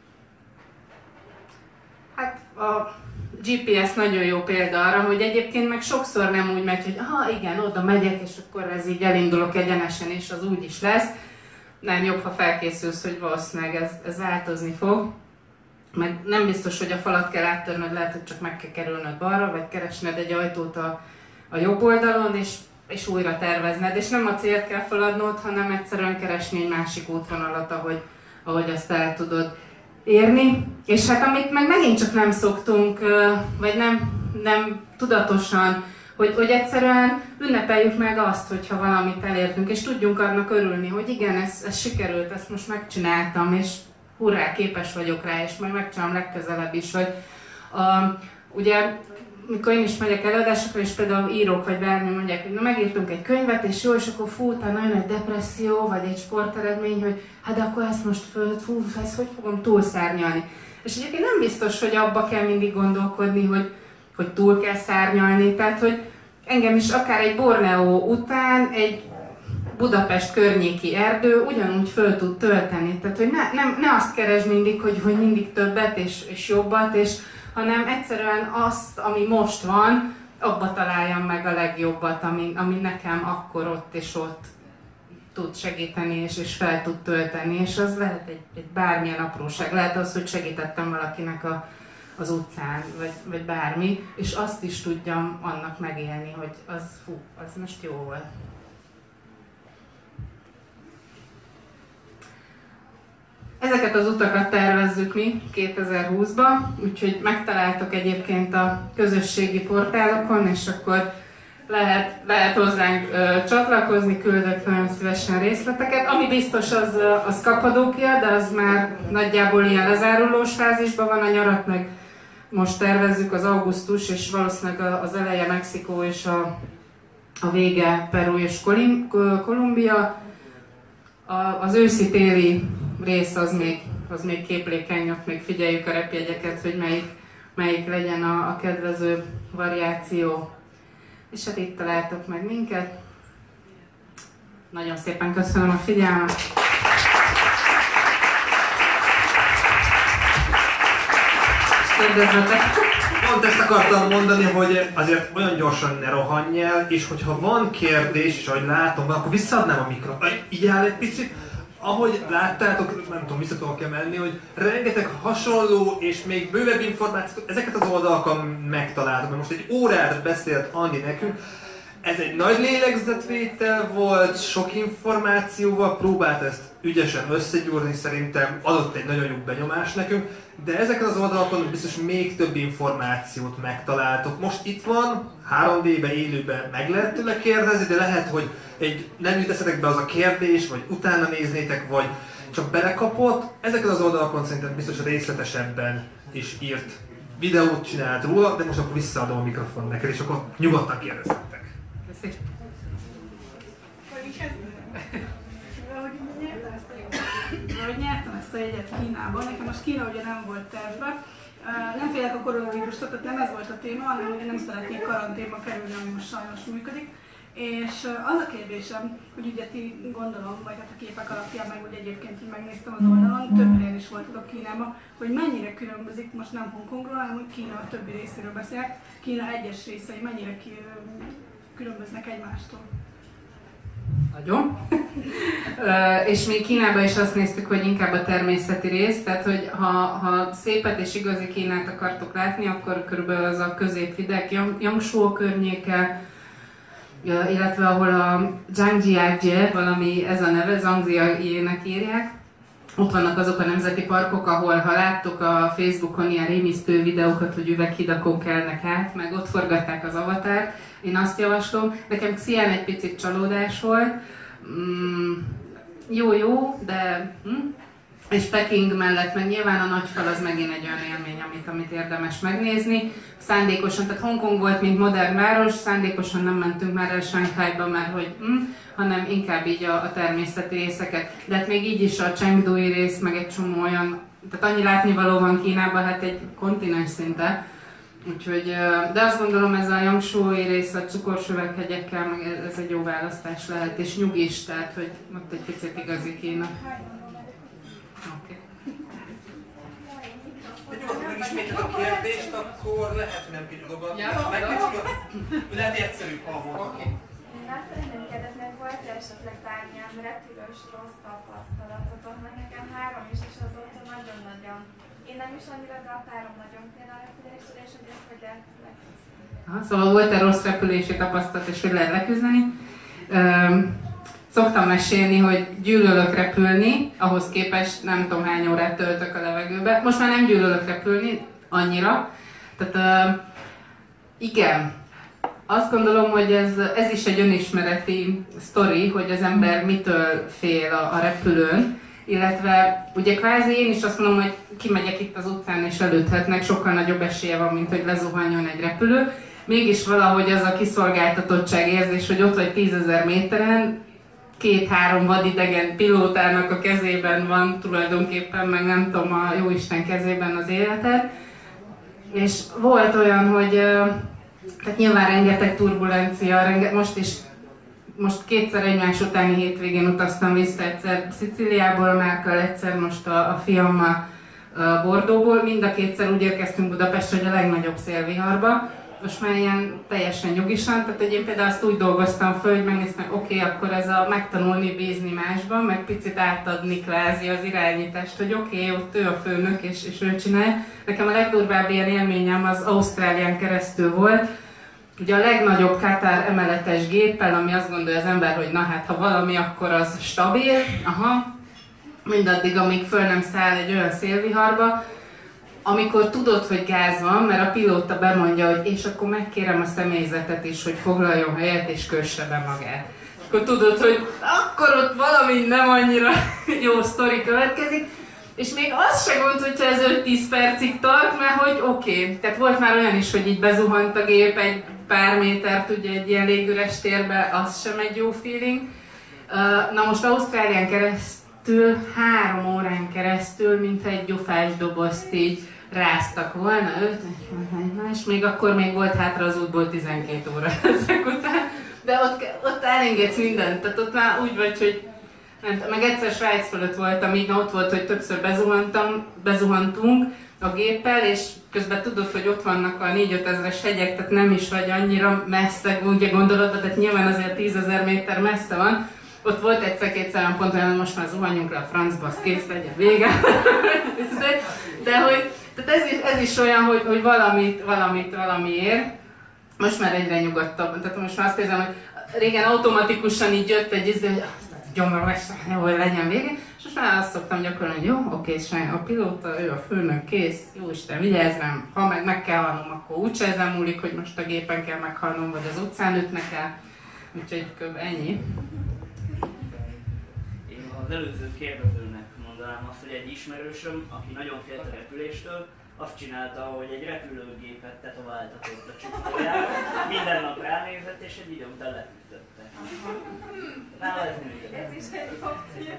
Hát a gé pé es nagyon jó példa arra, hogy egyébként meg sokszor nem úgy megy, hogy ha igen, oda megyek, és akkor ez így elindulok egyenesen, és az úgy is lesz. Nem, jobb, ha felkészülsz, hogy valószínűleg ez, ez változni fog. Meg nem biztos, hogy a falat kell áttörnöd, lehet, hogy csak meg kell kerülnöd balra, vagy keresned egy ajtót a, a jobb oldalon, és, és újra tervezned. És nem a célt kell feladnod, hanem egyszerűen keresni egy másik útvonalat, ahogy, ahogy azt el tudod érni. És hát amit meg megint csak nem szoktunk, vagy nem, nem tudatosan, Hogy, hogy egyszerűen ünnepeljük meg azt, hogyha valamit elértünk, és tudjunk annak örülni, hogy igen, ez, ez sikerült, ezt most megcsináltam, és hurrá, képes vagyok rá, és majd megcsinálom legközelebb is, hogy uh, ugye, mikor én is megyek előadásokra, és például írók, vagy bármi mondják, hogy na megírtunk egy könyvet, és jó, és akkor fú, utána jön egy depresszió, vagy egy sporteredmény, hogy hát de akkor ezt most föl, fú, ezt hogy fogom túlszárnyalni. És egyébként nem biztos, hogy abba kell mindig gondolkodni, hogy hogy túl kell szárnyalni, tehát hogy engem is akár egy Borneó után egy Budapest környéki erdő ugyanúgy föl tud tölteni. Tehát, hogy ne, nem, ne azt keresd mindig, hogy, hogy mindig többet és, és jobbat, és, hanem egyszerűen azt, ami most van, abba találjam meg a legjobbat, ami, ami nekem akkor ott és ott tud segíteni, és, és fel tud tölteni, és az lehet egy, egy bármilyen apróság. Lehet az, hogy segítettem valakinek a az utcán, vagy, vagy bármi, és azt is tudjam annak megélni, hogy az, fú, az most jó volt. Ezeket az utakat tervezzük mi kétezer-húszba, úgyhogy megtaláltok egyébként a közösségi portálokon, és akkor lehet, lehet hozzánk ö, csatlakozni, küldök nagyon szívesen részleteket. Ami biztos, az, az Kappadókia, de az már nagyjából ilyen lezárulós fázisban van, a nyarat meg most tervezzük, az augusztus, és valószínűleg az eleje Mexikó, és a, a vége Peru és Kolim, Kolumbia. A, az őszi-téli rész az még, az még képlékeny, ott még figyeljük a repjegyeket, hogy melyik, melyik legyen a, a kedvező variáció. És hát itt találtok meg minket. Nagyon szépen köszönöm a figyelmet! Kérdezzetek! Pont ezt akartam mondani, hogy azért olyan gyorsan ne rohanj el, és hogyha van kérdés, és ahogy látom, akkor visszaadnám a mikrofon. Így áll egy picit. Ahogy láttátok, nem tudom, vissza tudok emelni, hogy rengeteg hasonló és még bővebb információt, ezeket az oldalakon megtaláltok. Mert most egy órát beszélt Andi nekünk, ez egy nagy lélegzetvétel volt, sok információval, próbált ezt ügyesen összegyúrni, szerintem adott egy nagyon jó benyomást nekünk, de ezeken az oldalakon biztos még több információt megtaláltok. Most itt van, három dé-ben, élőben meg lehet tőle kérdezni, de lehet, hogy egy, nem jut eszetek be az a kérdés, vagy utána néznétek, vagy csak belekapott. Ezeken az oldalakon szerintem biztos részletesebben is írt videót csinált róla, de most akkor visszaadom a mikrofon neked, és akkor nyugodtan kérdezzetek. Köszönöm. hogy nyertem ezt a jegyet Kínában, nekem most Kína ugye nem volt tervben. Nem félek a koronavírustól, tehát nem ez volt a téma, hanem hogy nem szeretnék karanténba kerülni, ami most sajnos működik. És az a kérdésem, hogy ugye ti gondolom, vagy hát a képek alapján, meg úgy egyébként így megnéztem az oldalon, több helyen is voltatok Kínában, hogy mennyire különbözik, most nem Hongkongról, hanem hogy Kína a többi részéről beszélek, Kína egyes részei mennyire különböznek egymástól. Nagyon. És még Kínában is azt néztük, hogy inkább a természeti rész, tehát hogy ha, ha szépet és igazi Kínát akartok látni, akkor körülbelül az a középvidék, Yangshuo környéke, illetve ahol a Zhangjiajie, valami ez a neve, Zhangjiajie-nek írják. Ott vannak azok a nemzeti parkok, ahol ha láttok a Facebookon ilyen rémisztő videókat, hogy üveghidakon kelnek át, meg ott forgatták az Avatárt. Én azt javaslom, nekem Xi'an egy picit csalódás volt. Mm, jó, jó, de... Hm? És Peking mellett meg nyilván a nagy fal az megint egy olyan élmény, amit, amit érdemes megnézni. Szándékosan, tehát Hongkong volt, mint modern város, szándékosan nem mentünk már el Shanghaiba, mert hogy hm, hanem inkább így a, a természeti részeket. De hát még így is a Chengdui rész, meg egy csomó olyan, tehát annyi látnivaló van Kínában, hát egy kontinens szinte. Úgyhogy, de azt gondolom ez a Yangshuo rész a cukorsöveg hegyekkel, meg ez egy jó választás lehet, és nyugis, tehát hogy ott egy picit igazi Kína. Okay. De nyugodtan megismétled a kérdést, akkor lehet, hogy nem kicsit dobad. Ja, lehet egyszerűbb, ha volt. Okay. Én azt szeretném kérdezni, hogy volt esetleg bármilyen repülős rossz tapasztalatotok, mert nekem három is, és azóta nagyon-nagyon. Én nem is annyira, de a párom nagyon fél a repülésre, és hogy ezt hogy lehet leküzdeni. Szóval volt-e rossz repülési tapasztalat, és hogy lehet leküzdeni? Um, Szoktam mesélni, hogy gyűlölök repülni, ahhoz képest nem tudom hány órát töltök a levegőbe. Most már nem gyűlölök repülni annyira. Tehát uh, igen, azt gondolom, hogy ez, ez is egy önismereti sztori, hogy az ember mitől fél a, a repülőn. Illetve ugye kvázi én is azt mondom, hogy kimegyek itt az utcán és elüthetnek, sokkal nagyobb esélye van, mint hogy lezuhanjon egy repülő. Mégis valahogy az a kiszolgáltatottság érzés, hogy ott vagy tízezer méteren, két-három vadidegen pilótának a kezében van tulajdonképpen, meg nem tudom, a jóisten kezében az életed. És volt olyan, hogy tehát nyilván rengeteg turbulencia, renge, most is, most kétszer egymás utáni hétvégén utaztam vissza, egyszer Szicíliából, Márkkal, egyszer most a, a fiammal Bordóból. Mind a kétszer úgy érkeztünk Budapestre, hogy a legnagyobb szélviharba. Most már ilyen teljesen nyugisan, tehát hogy én például azt úgy dolgoztam föl, hogy megnéztem, oké, okay, akkor ez a megtanulni bízni másban, meg picit átadni kvázi az irányítást, hogy oké, okay, ott ő a főnök és, és ő csinálja. Nekem a legdurvább ilyen élményem az Ausztrálián keresztül volt. Ugye a legnagyobb Qatar emeletes géppel, ami azt gondolja az ember, hogy na hát, ha valami, akkor az stabil, aha, mindaddig, amíg föl nem száll egy olyan szélviharba, amikor tudod, hogy gáz van, mert a pilóta bemondja, hogy és akkor megkérem a személyzetet is, hogy foglaljon helyet és kösse be magát. Akkor tudod, hogy akkor ott valami nem annyira jó sztori következik, és még az se gond, hogyha ez öt-tíz percig tart, mert hogy oké. Okay. Tehát volt már olyan is, hogy így bezuhant a gép egy pár métert ugye egy ilyen légüres térbe, az sem egy jó feeling. Na most Ausztrálián keresztül, három órán keresztül, mintha egy gyufás dobozt így ráztak volna, öt, és még akkor még volt hátra az útból tizenkét óra ezek után. De ott, ott elengedsz mindent, tehát ott már úgy vagy, hogy nem, meg egyszer Svájc fölött voltam, így ott volt, hogy többször bezuhantam, bezuhantunk a géppel, és közben tudod, hogy ott vannak a négy-öt ezres hegyek, tehát nem is vagy annyira messze, ugye gondolod, tehát nyilván azért tízezer méter messze van. Ott volt egyszer-kétszer olyan pont, hogy most már zuhanjunk le a francba, az kész legyen vége. De hogy tehát ez is, ez is olyan, hogy, hogy valamit, valamit valamiért. Most már egyre nyugodtabb. Tehát most már azt érzem, hogy régen automatikusan így jött egy izé, hogy gyomor lesz, hogy legyen vége. És most már azt szoktam gyakorolni, hogy jó, oké, a pilóta, ő a főnök, kész, jóisten, vigyázz rám, ha meg meg kell halnom, akkor úgyse ezen múlik, hogy most a gépen kell meghalnom, vagy az utcán ütnek el. Úgyhogy kb. Ennyi. Én az előző kérdezőnek mondanám azt, hogy egy ismerősöm, aki nagyon félt a repüléstől, azt csinálta, hogy egy repülőgépet tetováltatott a csukójára, minden nap ránézett, és egy idő után letűtötte. Nála ez működik. Ez is egy opció.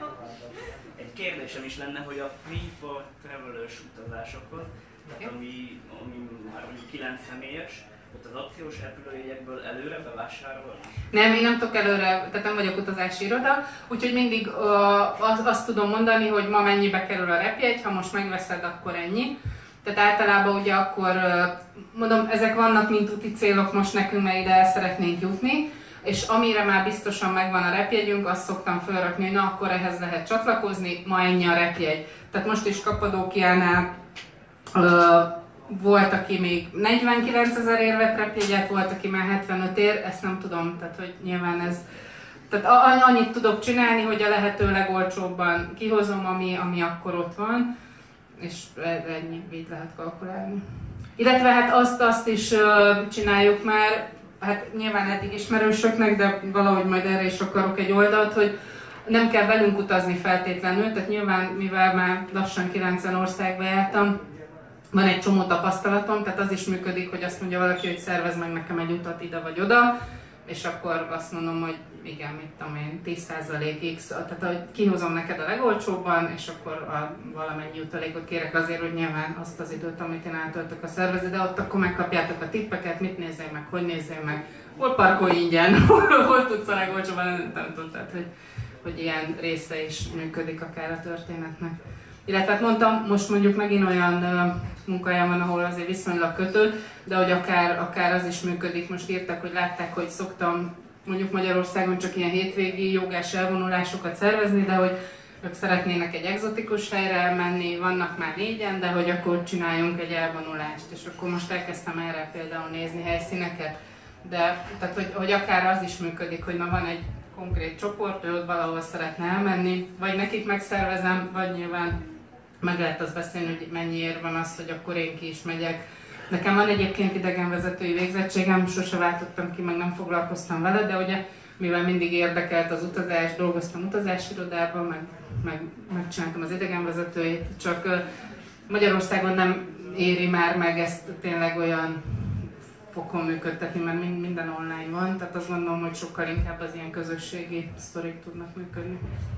Egy kérdésem is lenne, hogy a Free for Travel-ös utazásokhoz, tehát ami, ami már mondjuk kilenc személyes, ott az akciós repülőjegyekből előre bevásárolnak? Nem, én nem tudok előre, tehát nem vagyok utazási iroda, úgyhogy mindig uh, az, azt tudom mondani, hogy ma mennyibe kerül a repjegy, ha most megveszed, akkor ennyi. Tehát általában ugye akkor, uh, mondom, ezek vannak mint úti célok most nekünk, mert ide el szeretnénk jutni, és amire már biztosan megvan a repjegyünk, azt szoktam felrakni, hogy na akkor ehhez lehet csatlakozni, ma ennyi a repjegy. Tehát most is Kappadókiánál uh, volt, aki még negyvenkilencezer vett repjegyet, volt, aki már hetvenöt ér, ezt nem tudom, tehát hogy nyilván ez... Tehát annyit tudok csinálni, hogy a lehető legolcsóbban kihozom, ami, ami akkor ott van, és ennyi, így lehet kalkulálni. Illetve hát azt, azt is uh, csináljuk már, hát nyilván eddig ismerősöknek, de valahogy majd erre is akarok egy oldalt, hogy nem kell velünk utazni feltétlenül, tehát nyilván, mivel már lassan kilencven országba jártam, van egy csomó tapasztalatom, tehát az is működik, hogy azt mondja valaki, hogy szervez meg nekem egy utat ide vagy oda, és akkor azt mondom, hogy igen, mit tudom én, tíz százalék X, tehát hogy kihozom neked a legolcsóbban, és akkor a valamennyi utalékot kérek azért, hogy nyilván azt az időt, amit én eltöltök a szervezet, de ott akkor megkapjátok a tippeket, mit nézzél meg, hogy nézzél meg, hol parkolj ingyen, hol tudsz a legolcsóban, nem tudom, tehát hogy, hogy ilyen része is működik akár a történetnek. Illetve hát mondtam, most mondjuk megint olyan uh, munkáján van, ahol azért viszonylag kötött, de hogy akár, akár az is működik. Most írtak, hogy látták, hogy szoktam mondjuk Magyarországon csak ilyen hétvégi jogás elvonulásokat szervezni, de hogy ők szeretnének egy egzotikus helyre elmenni, vannak már négyen, de hogy akkor csináljunk egy elvonulást. És akkor most elkezdtem erre például nézni helyszíneket. De tehát, hogy, hogy akár az is működik, hogy na van egy konkrét csoport, ő ott valahol szeretne elmenni, vagy nekik megszervezem, vagy nyilván meg lehet azt beszélni, hogy mennyiért van az, hogy akkor én ki is megyek. Nekem van egyébként idegenvezetői végzettségem, sose váltottam ki, meg nem foglalkoztam vele, de ugye mivel mindig érdekelt az utazás, dolgoztam utazásirodában, meg, meg megcsináltam az idegenvezetőit, csak Magyarországon nem éri már meg ezt tényleg olyan fokon működtetni, mert minden online van, tehát azt gondolom, hogy sokkal inkább az ilyen közösségi sztorik tudnak működni.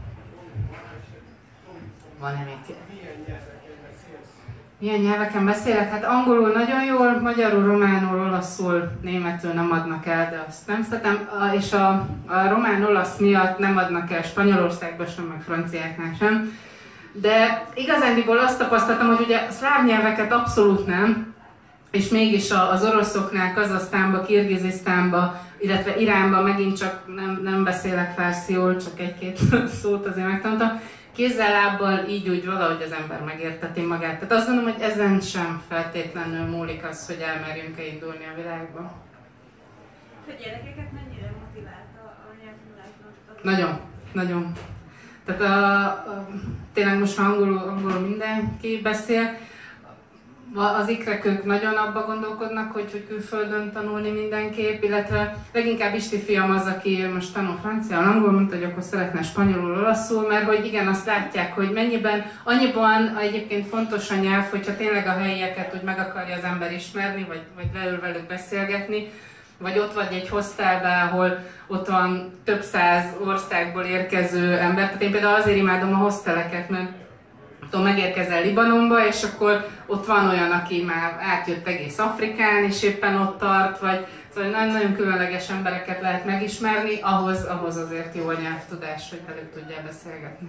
Van-e még kérdés? Milyen nyelveken beszélek? Hát angolul nagyon jól, magyarul, románul, olaszul, németül nem adnak el, de azt nem szeretem. És a, a román-olasz miatt nem adnak el Spanyolországban sem, meg franciáknál sem. De igazándiból azt tapasztaltam, hogy ugye a szláv nyelveket abszolút nem, és mégis az oroszoknál, Kazahsztánba, Kirgizisztánba, illetve Iránba megint csak nem, nem beszélek fársziul, csak egy-két szót azért megtanultam. Kézzel-lábbal így úgy valahogy az ember megérteti magát. Tehát azt gondolom, hogy ezen sem feltétlenül múlik az, hogy elmerjünk-e indulni a világba. A gyerekeket mennyire motiválta a nyelvtanulásnak? Nagyon, nagyon. Tehát a, a, tényleg most már angolul, angolul mindenki beszél. Az ikrekök nagyon abba gondolkodnak, hogy, hogy külföldön tanulni mindenképp, illetve leginkább Isti fiam az, aki most tanul franciául, angolul, mint hogy akkor szeretne spanyolul, olaszul, mert hogy igen, azt látják, hogy mennyiben, annyiban egyébként fontos a nyelv, hogyha tényleg a helyieket úgy meg akarja az ember ismerni, vagy, vagy leül velük beszélgetni, vagy ott vagy egy hostelben, ahol ott van több száz országból érkező ember. Tehát én például azért imádom a hosteleket, mert tudom, megérkezel Libanonba, és akkor ott van olyan, aki már átjött egész Afrikán, és éppen ott tart, vagy szóval nagyon különleges embereket lehet megismerni, ahhoz, ahhoz azért jó a nyelvtudás, hogy velük tudjál beszélgetni.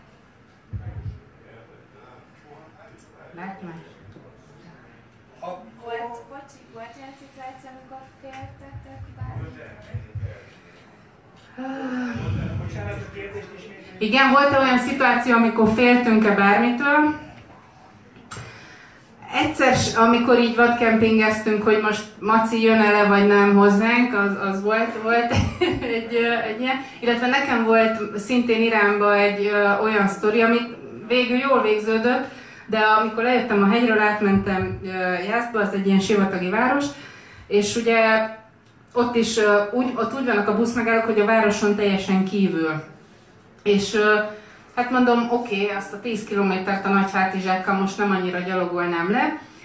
Lehet más? Volt, bocsi, volt ilyen szituáció, amikor féltetek bármit? Igen, volt olyan szituáció, amikor féltünk-e bármitől. Egyszer, amikor így vadkempingeztünk, hogy most Maci jön-e vagy nem hozzánk, az, az volt, volt egy, egy ilyen. Illetve nekem volt szintén Iránban egy ö, olyan sztori, ami végül jól végződött, de amikor lejöttem a hegyről, átmentem Jászba, az egy ilyen sivatagi város, és ugye ott is úgy, ott úgy vannak a buszmegállók, hogy a városon teljesen kívül. És hát mondom, oké, okay, azt a tíz kilométert a nagy hátizsákkal most nem annyira gyalogolnám le,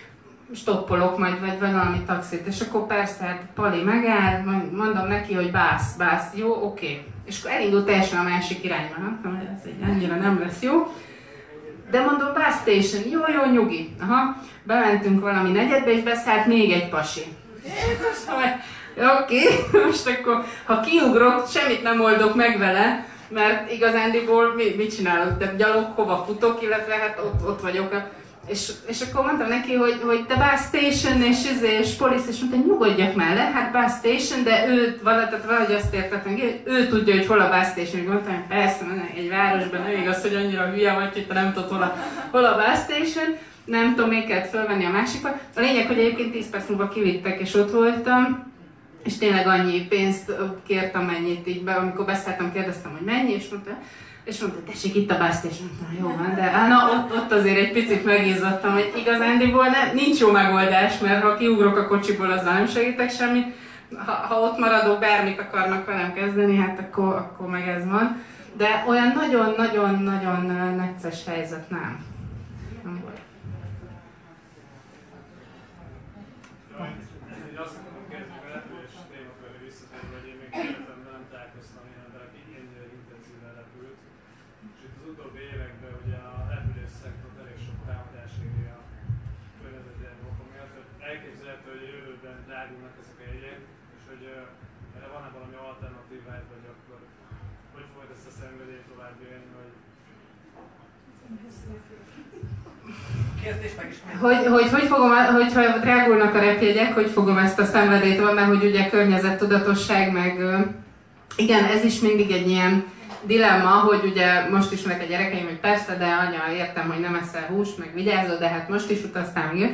stoppolok majd, vagy valami taxit, és akkor persze, hát Pali megáll, mondom neki, hogy bász, bász, jó, oké. Okay. És akkor elindult teljesen a másik irányba, nem? Ez egy annyira nem lesz jó. De mondom, bus station, jó, jó, nyugi. Aha, bementünk valami negyedbe, és beszállt még egy pasi. Jézus, oké, okay. Most akkor, ha kiugrok, semmit nem oldok meg vele, mert igazándiból mi, mit csinálok? De gyalog, hova futok, illetve hát ott, ott vagyok. És, és akkor mondtam neki, hogy, hogy te bus station, és, és police, és mondta, nyugodjak már le, hát bus station, de ő, valahogy, valahogy azt értettem ki, hogy ő tudja, hogy hol a bus station. És mondtam, hogy persze, egy városban nem igaz, hogy annyira hülye vagy, hogy te nem tudod, hol a, hol a bus station. Nem tudom, még kellett fölvenni a másikba. A lényeg, hogy egyébként tíz perc múlva kivittek, és ott voltam. És tényleg annyi pénzt kértem, mennyit így be, amikor beszálltam, kérdeztem, hogy mennyi, és mondta, és mondta, tessék itt a bus station. Mondtam, jó van, de hát, na, ott, ott azért egy picit megizzadtam, hogy igazándiból ne, nincs jó megoldás, mert ha kiugrok a kocsiból, azzal nem segítek semmit. Ha, ha ott maradok, bármit akarnak velem kezdeni, hát akkor, akkor meg ez van. De olyan nagyon-nagyon-nagyon necces helyzet nem. Nem volt. Elképzelhető, hogy a jövőben drágulnak ezek a jegyek, és hogy uh, erre van-e valami alternatívád, vagy akkor hogy fogod ezt a szenvedélyt tovább élni, hogy... Kérdés meg is hogy, hogy, hogy fogom, hogyha drágulnak a repjegyek, hogy fogom ezt a szenvedélyt, mert hogy ugye környezettudatosság, meg igen, ez is mindig egy ilyen dilemma, hogy ugye most is vannak a gyerekeim, hogy persze, de anya, értem, hogy nem eszel húst, meg vigyázol, de hát most is utaztál meg.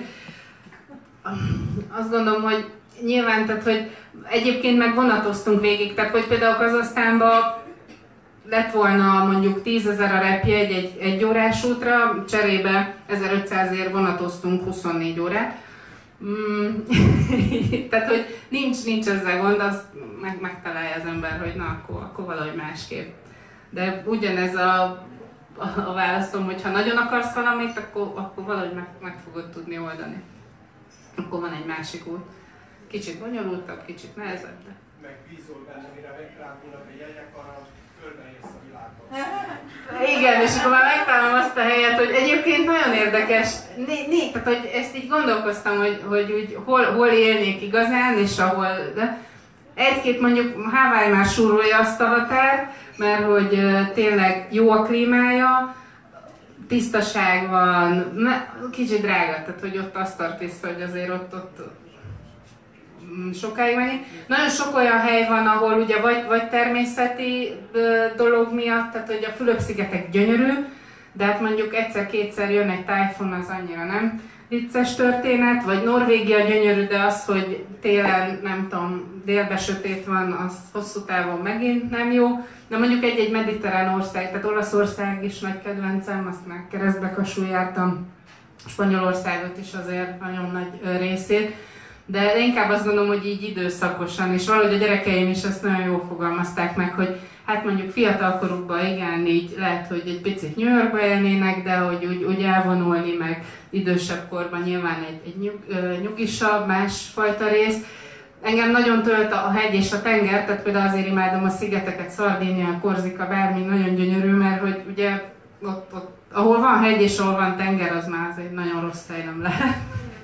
Azt gondolom, hogy nyilván, tehát, hogy egyébként meg vonatoztunk végig, tehát hogy például Kazahsztánban lett volna mondjuk tízezer a repjegy egy, egy órás útra, cserébe ezerötszázért vonatoztunk huszonnégy órát. Mm, tehát, hogy nincs, nincs ezzel gond, azt meg, megtalálja az ember, hogy na, akkor, akkor valahogy másképp. De ugyanez a, a, a válaszom, hogy ha nagyon akarsz valamit, akkor, akkor valahogy meg, meg fogod tudni oldani. Akkor van egy másik út. Kicsit bonyolultabb, kicsit nehezebb, de... Meg bízol benne, mire megrágulnak a jegyek, arra körbenézsz a világban. Igen, és akkor már megtalálom azt a helyet, hogy egyébként nagyon érdekes. Né, né, tehát, hogy ezt így gondolkoztam, hogy, hogy úgy, hol, hol élnék igazán, és ahol... De egy-két mondjuk Hawaii már súrolja azt a határ, mert hogy tényleg jó a klímája, tisztaság van, kicsit drága, tehát hogy ott azt tart vissza, hogy azért ott, ott sokáig menni. Nagyon sok olyan hely van, ahol ugye vagy, vagy természeti dolog miatt, tehát hogy a Fülöp-szigetek gyönyörű, de hát mondjuk egyszer-kétszer jön egy tájfun, az annyira nem vicces történet, vagy Norvégia gyönyörű, de az, hogy télen, nem tudom, délben sötét van, az hosszú távon megint nem jó. De mondjuk egy-egy mediterrán ország, tehát Olaszország is nagy kedvencem, azt már keresztbekasul jártam, Spanyolországot is azért nagyon nagy részét. De inkább azt gondolom, hogy így időszakosan, és valahogy a gyerekeim is ezt nagyon jól fogalmazták meg, hogy hát mondjuk fiatalkorukban igen, így lehet, hogy egy picit New Yorkba élnének, de hogy úgy, úgy elvonulni, meg idősebb korban nyilván egy, egy nyug, nyugisabb, másfajta rész. Engem nagyon tölt a hegy és a tenger, tehát például azért imádom a szigeteket, Szardínia, Korzika, bármi nagyon gyönyörű, mert hogy ugye ott, ott, ahol van hegy és ahol van tenger, az már az egy nagyon rossz hely nem lehet.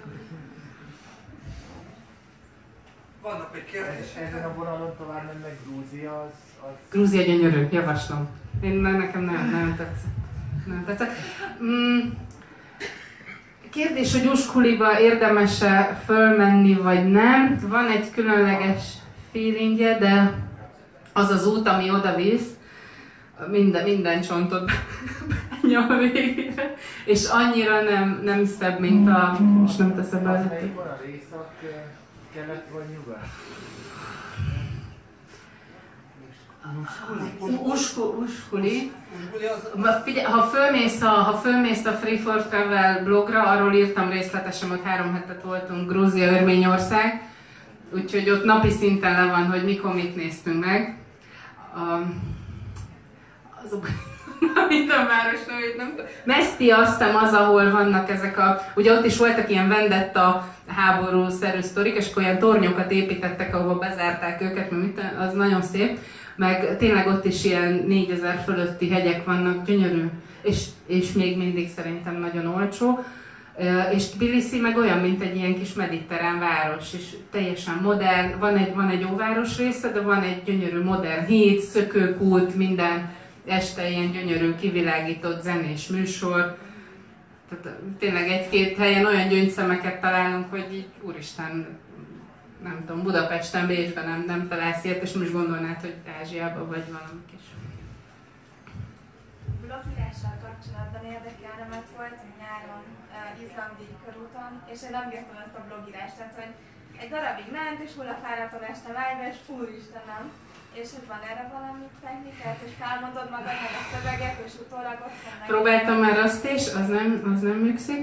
Vannak egy kérdés. Ezen a vonalon tovább nem meg Grúzia, az... az... Grúzia gyönyörű, javaslom. Én, nekem nagyon, nagyon tetszett. Nagyon tetszett. Mm. Kérdés, hogy Uskuliba érdemes-e fölmenni, vagy nem. Van egy különleges feelingje, de az az út, ami oda visz, minden, minden csontot nyom végére, és annyira nem, nem szebb, mint a... Most nem teszem be. Az melyik van a észak, kelet vagy nyugat? Uskuli. Ha fölmész, a, ha fölmész a Free for Travel blogra, arról írtam részletesen, hogy három hetet voltunk Grúzia, Örményország, úgyhogy ott napi szinten le van, hogy mikor mit néztünk meg. A, az a, minden város nevét nem tudom. Meszti azt hiszem az, ahol vannak ezek a... Ugye ott is voltak ilyen vendetta háború-szerű sztorik, és akkor olyan tornyokat építettek, ahol bezárták őket, mert mit, az nagyon szép. Meg tényleg ott is ilyen négyezer fölötti hegyek vannak, gyönyörű, és, és még mindig szerintem nagyon olcsó. És Tbilisi meg olyan, mint egy ilyen kis mediterrán város, és teljesen modern, van egy, van egy óváros része, de van egy gyönyörű modern híd, szökőkút, minden este ilyen gyönyörű, kivilágított zenés műsor. Tehát tényleg egy-két helyen olyan gyöngyszemeket találunk, hogy így úristen, nem tudom, Budapesten, Bécsben nem, nem találsz ilyet, és most gondolnád, hogy Ázsiában vagy valami kis. Blogírással kapcsolatban érdekelne, mert voltunk nyáron uh, izlandi körúton, és én nem bírtam ezt a blogírást, tehát hogy egy darabig ment, és hullafáradtan estem ágyba, és úristenem. És hogy van erre valami technikát, hogy felmondod magadnak a szöveget, és utólag ott van. Próbáltam már azt is, az nem, az nem működik.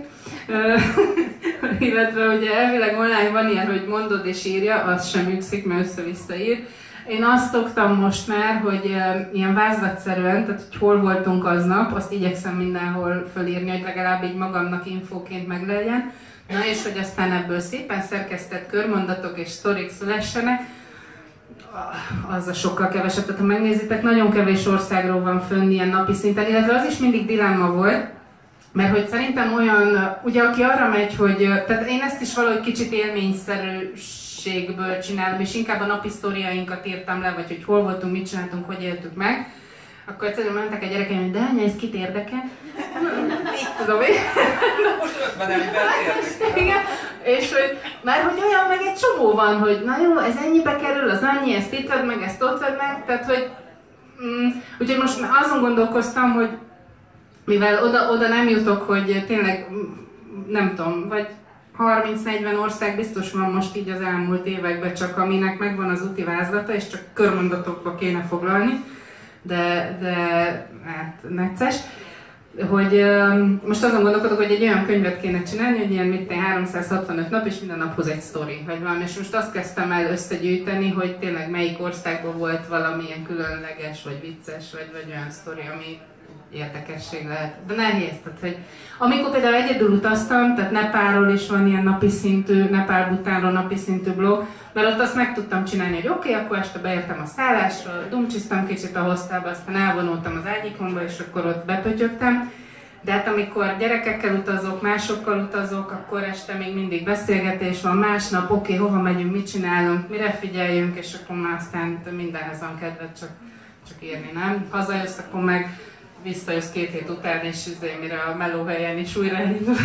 Illetve ugye elvileg online van ilyen, hogy mondod és írja, az sem működik, mert össze-vissza ír. Én azt szoktam most már, hogy ilyen vázlatszerűen, tehát hogy hol voltunk aznap, azt igyekszem mindenhol fölírni, hogy legalább így magamnak infóként meglegyen. Na és hogy aztán ebből szépen szerkesztett körmondatok és sztorik szülessenek, az a sokkal kevesebb. Tehát ha megnézitek, nagyon kevés országról van fönn ilyen napi szinten, illetve az is mindig dilemma volt, mert hogy szerintem olyan, ugye aki arra megy, hogy, tehát én ezt is valahogy kicsit élményszerűségből csinálom, és inkább a napi sztoriainkat írtam le, vagy hogy hol voltunk, mit csináltunk, hogy éltük meg, akkor egyszerűen mentek a gyerekeim, hogy de anya, ez kit érdekel? Így tudom én. Most ötven ember érdekel. Igen, és hogy már hogy olyan meg egy csomó van, hogy na jó, ez ennyibe kerül, az annyi, ezt itt vedd meg, ezt ott vedd meg, tehát hogy mm, úgyhogy most azon gondolkoztam, hogy mivel oda, oda nem jutok, hogy tényleg nem tudom, vagy harminc-negyven ország biztos van most így az elmúlt években, csak aminek megvan az úti vázlata, és csak körmondatokba kéne foglalni, de, de hát necces. Hogy um, most azon gondolkodok, hogy egy olyan könyvet kéne csinálni, hogy ilyen mit háromszázhatvanöt nap, és minden naphoz egy sztori, vagy valami. És most azt kezdtem el összegyűjteni, hogy tényleg melyik országban volt valamilyen különleges, vagy vicces, vagy, vagy olyan sztori, ami érdekesség lehet. De nehéz, tehát hogy amikor például egyedül utaztam, tehát Nepálról is van ilyen napi szintű, Nepál-Butánról napi szintű blog, mert ott azt meg tudtam csinálni, hogy oké, okay, akkor este beértem a szállásra, dumcsiztam kicsit a hostelbe, aztán elvonultam az ágyikomba, és akkor ott bepötyögtem. De hát amikor gyerekekkel utazok, másokkal utazok, akkor este még mindig beszélgetés van, másnap oké, okay, hova megyünk, mit csinálunk, mire figyeljünk, és akkor már aztán mindenhez van kedved, csak, csak írni, nem? Hazajössz, akkor meg visszajössz két hét után, és izé, mire a melóhelyen is újra indul.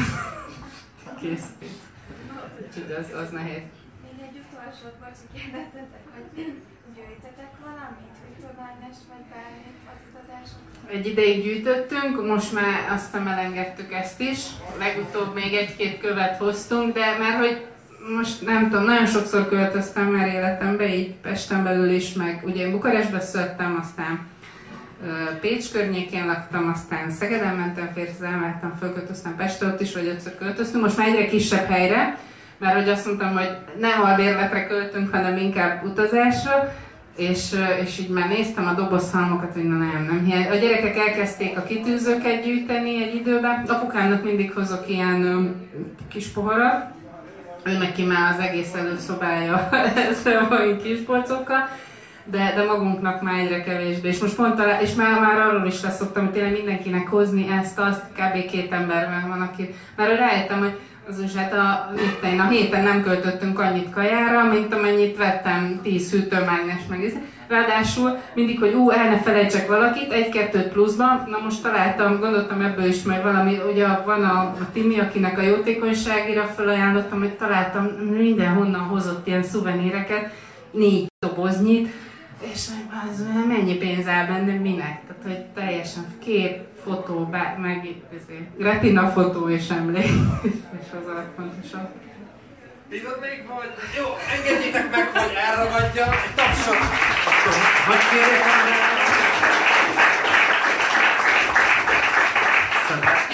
Kész. Úgyhogy az, az nehéz. Még egy utolsót, bocsi, kérdezzetek, hogy gyűjtetek valamit, hogy tudományos vagy bármit az utazásokon? Egy ideig gyűjtöttünk, most már azt hiszem elengedtük ezt is. Legutóbb még egy-két követ hoztunk, de már hogy most nem tudom, nagyon sokszor költöztem már életembe, így Pesten belül is, meg ugye én Bukarestbe születtem, aztán Pécs környékén laktam, aztán Szegeden mentem férjhez, elmentem, fölköltöztem Pestre, ott is vagy ötször költöztünk, most már egyre kisebb helyre, mert hogy azt mondtam, hogy nem albérletre költünk, hanem inkább utazásra, és, és így már néztem a dobozhalmokat, hogy na nem, nem hiány. A gyerekek elkezdték a kitűzőket gyűjteni egy időben, apukámnak mindig hozok ilyen kis poharat, ő neki már az egész előszobája ezzel van kis polcokkal, De, de magunknak már egyre kevésbé. És most pont talán, és már, már arról is leszoktam, hogy tényleg mindenkinek hozni ezt, azt, kb. Két ember van, aki... Már rájöttem, hogy az is hát a, itt, a héten nem költöttünk annyit kajára, mint amennyit vettem, tíz hűtőmágnes meg. Ráadásul mindig, hogy ú, el ne felejtsek valakit, egy-kettőt pluszban. Na most találtam, gondoltam ebből is majd valami, ugye van a, a Timi, akinek a jótékonyságira felajánlottam, hogy találtam mindenhonnan hozott ilyen szuveníreket, négy doboznyit, és az mennyi pénz áll benne, minek? Tehát, hogy teljesen kép, fotó, bár, meg itt retina fotó és emlék, és az a legfontosabb. Bízod még vagy? Jó, engedjétek meg, hogy elragadja. Egy tapsot! Hogy kérjek, András?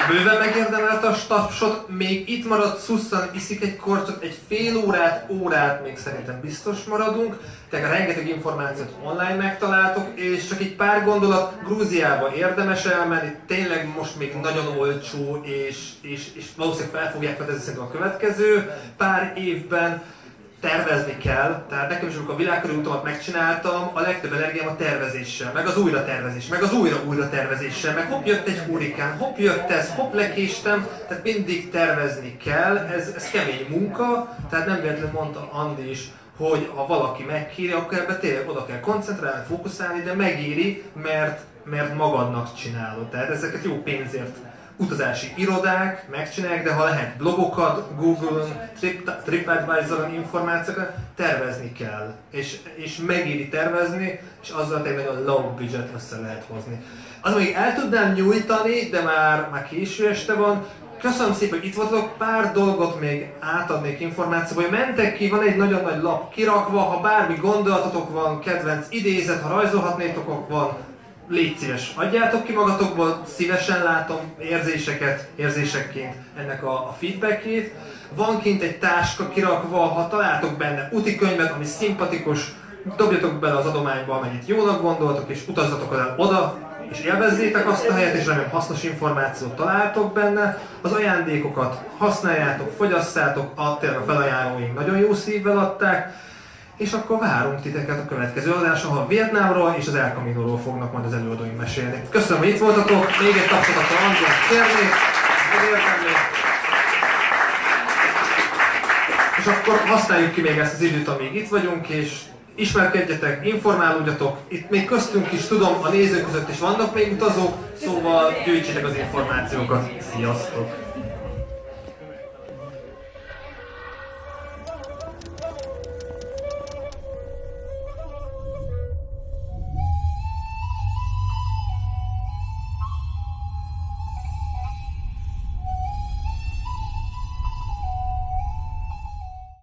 bőven megérdemelte a tapsot, még itt marad Susszan, iszik egy korcot, egy fél órát, órát még szerintem biztos maradunk, tehát rengeteg információt online megtaláltok, és csak egy pár gondolat, Grúziába érdemes elmenni, tényleg most még nagyon olcsó, és, és, és valószínűleg fel fogják fedezni szerintem a következő pár évben. Tervezni kell, tehát nekem is, amikor a világkörüli utamat megcsináltam, a legtöbb energiám a tervezéssel, meg az újratervezés, meg az újra-újra tervezéssel, meg hopp jött egy hurrikán, hopp jött ez, hopp lekéstem, tehát mindig tervezni kell, ez, ez kemény munka, tehát nem véletlenül mondta Andi is, hogy ha valaki megkéri, akkor ebbe tényleg oda kell koncentrálni, fókuszálni, de megéri, mert, mert magadnak csinálod, tehát ezeket jó pénzért utazási irodák megcsinálják, de ha lehet blogokat, Google-on, TripAdvisor-on információkat, tervezni kell. És, és megéri tervezni, és azzal tényleg nagyon low budget össze lehet hozni. Az még el tudnám nyújtani, de már, már késő este van. Köszönöm szépen, hogy itt voltatok, pár dolgot még átadnék információba, hogy mentek ki, van egy nagyon nagy lap kirakva, ha bármi gondolatotok van, kedvenc idézet, ha rajzolhatnétok, van, légy szíves, adjátok ki magatokból, szívesen látom érzéseket, érzésekként ennek a, a feedbackét. Van kint egy táska kirakva, ha találtok benne útikönyvet, ami szimpatikus, dobjatok bele az adományba, amennyit jónak gondoltok, és utazzatok el oda, és élvezzétek azt a helyet, és remélem hasznos információt találtok benne. Az ajándékokat használjátok, fogyasszátok, a, tényleg a felajánlóink nagyon jó szívvel adták. És akkor várunk titeket a következő adáson, ahol Vietnámról és az El Caminóról fognak majd az előadóink mesélni. Köszönöm, hogy itt voltatok, még egy tapsot akkor Andrát kérnék, és akkor használjuk ki még ezt az időt, amíg itt vagyunk, és ismerkedjetek, informálódjatok. Itt még köztünk is, tudom, a nézők között is vannak még utazók, szóval gyűjtsétek az információkat. Sziasztok!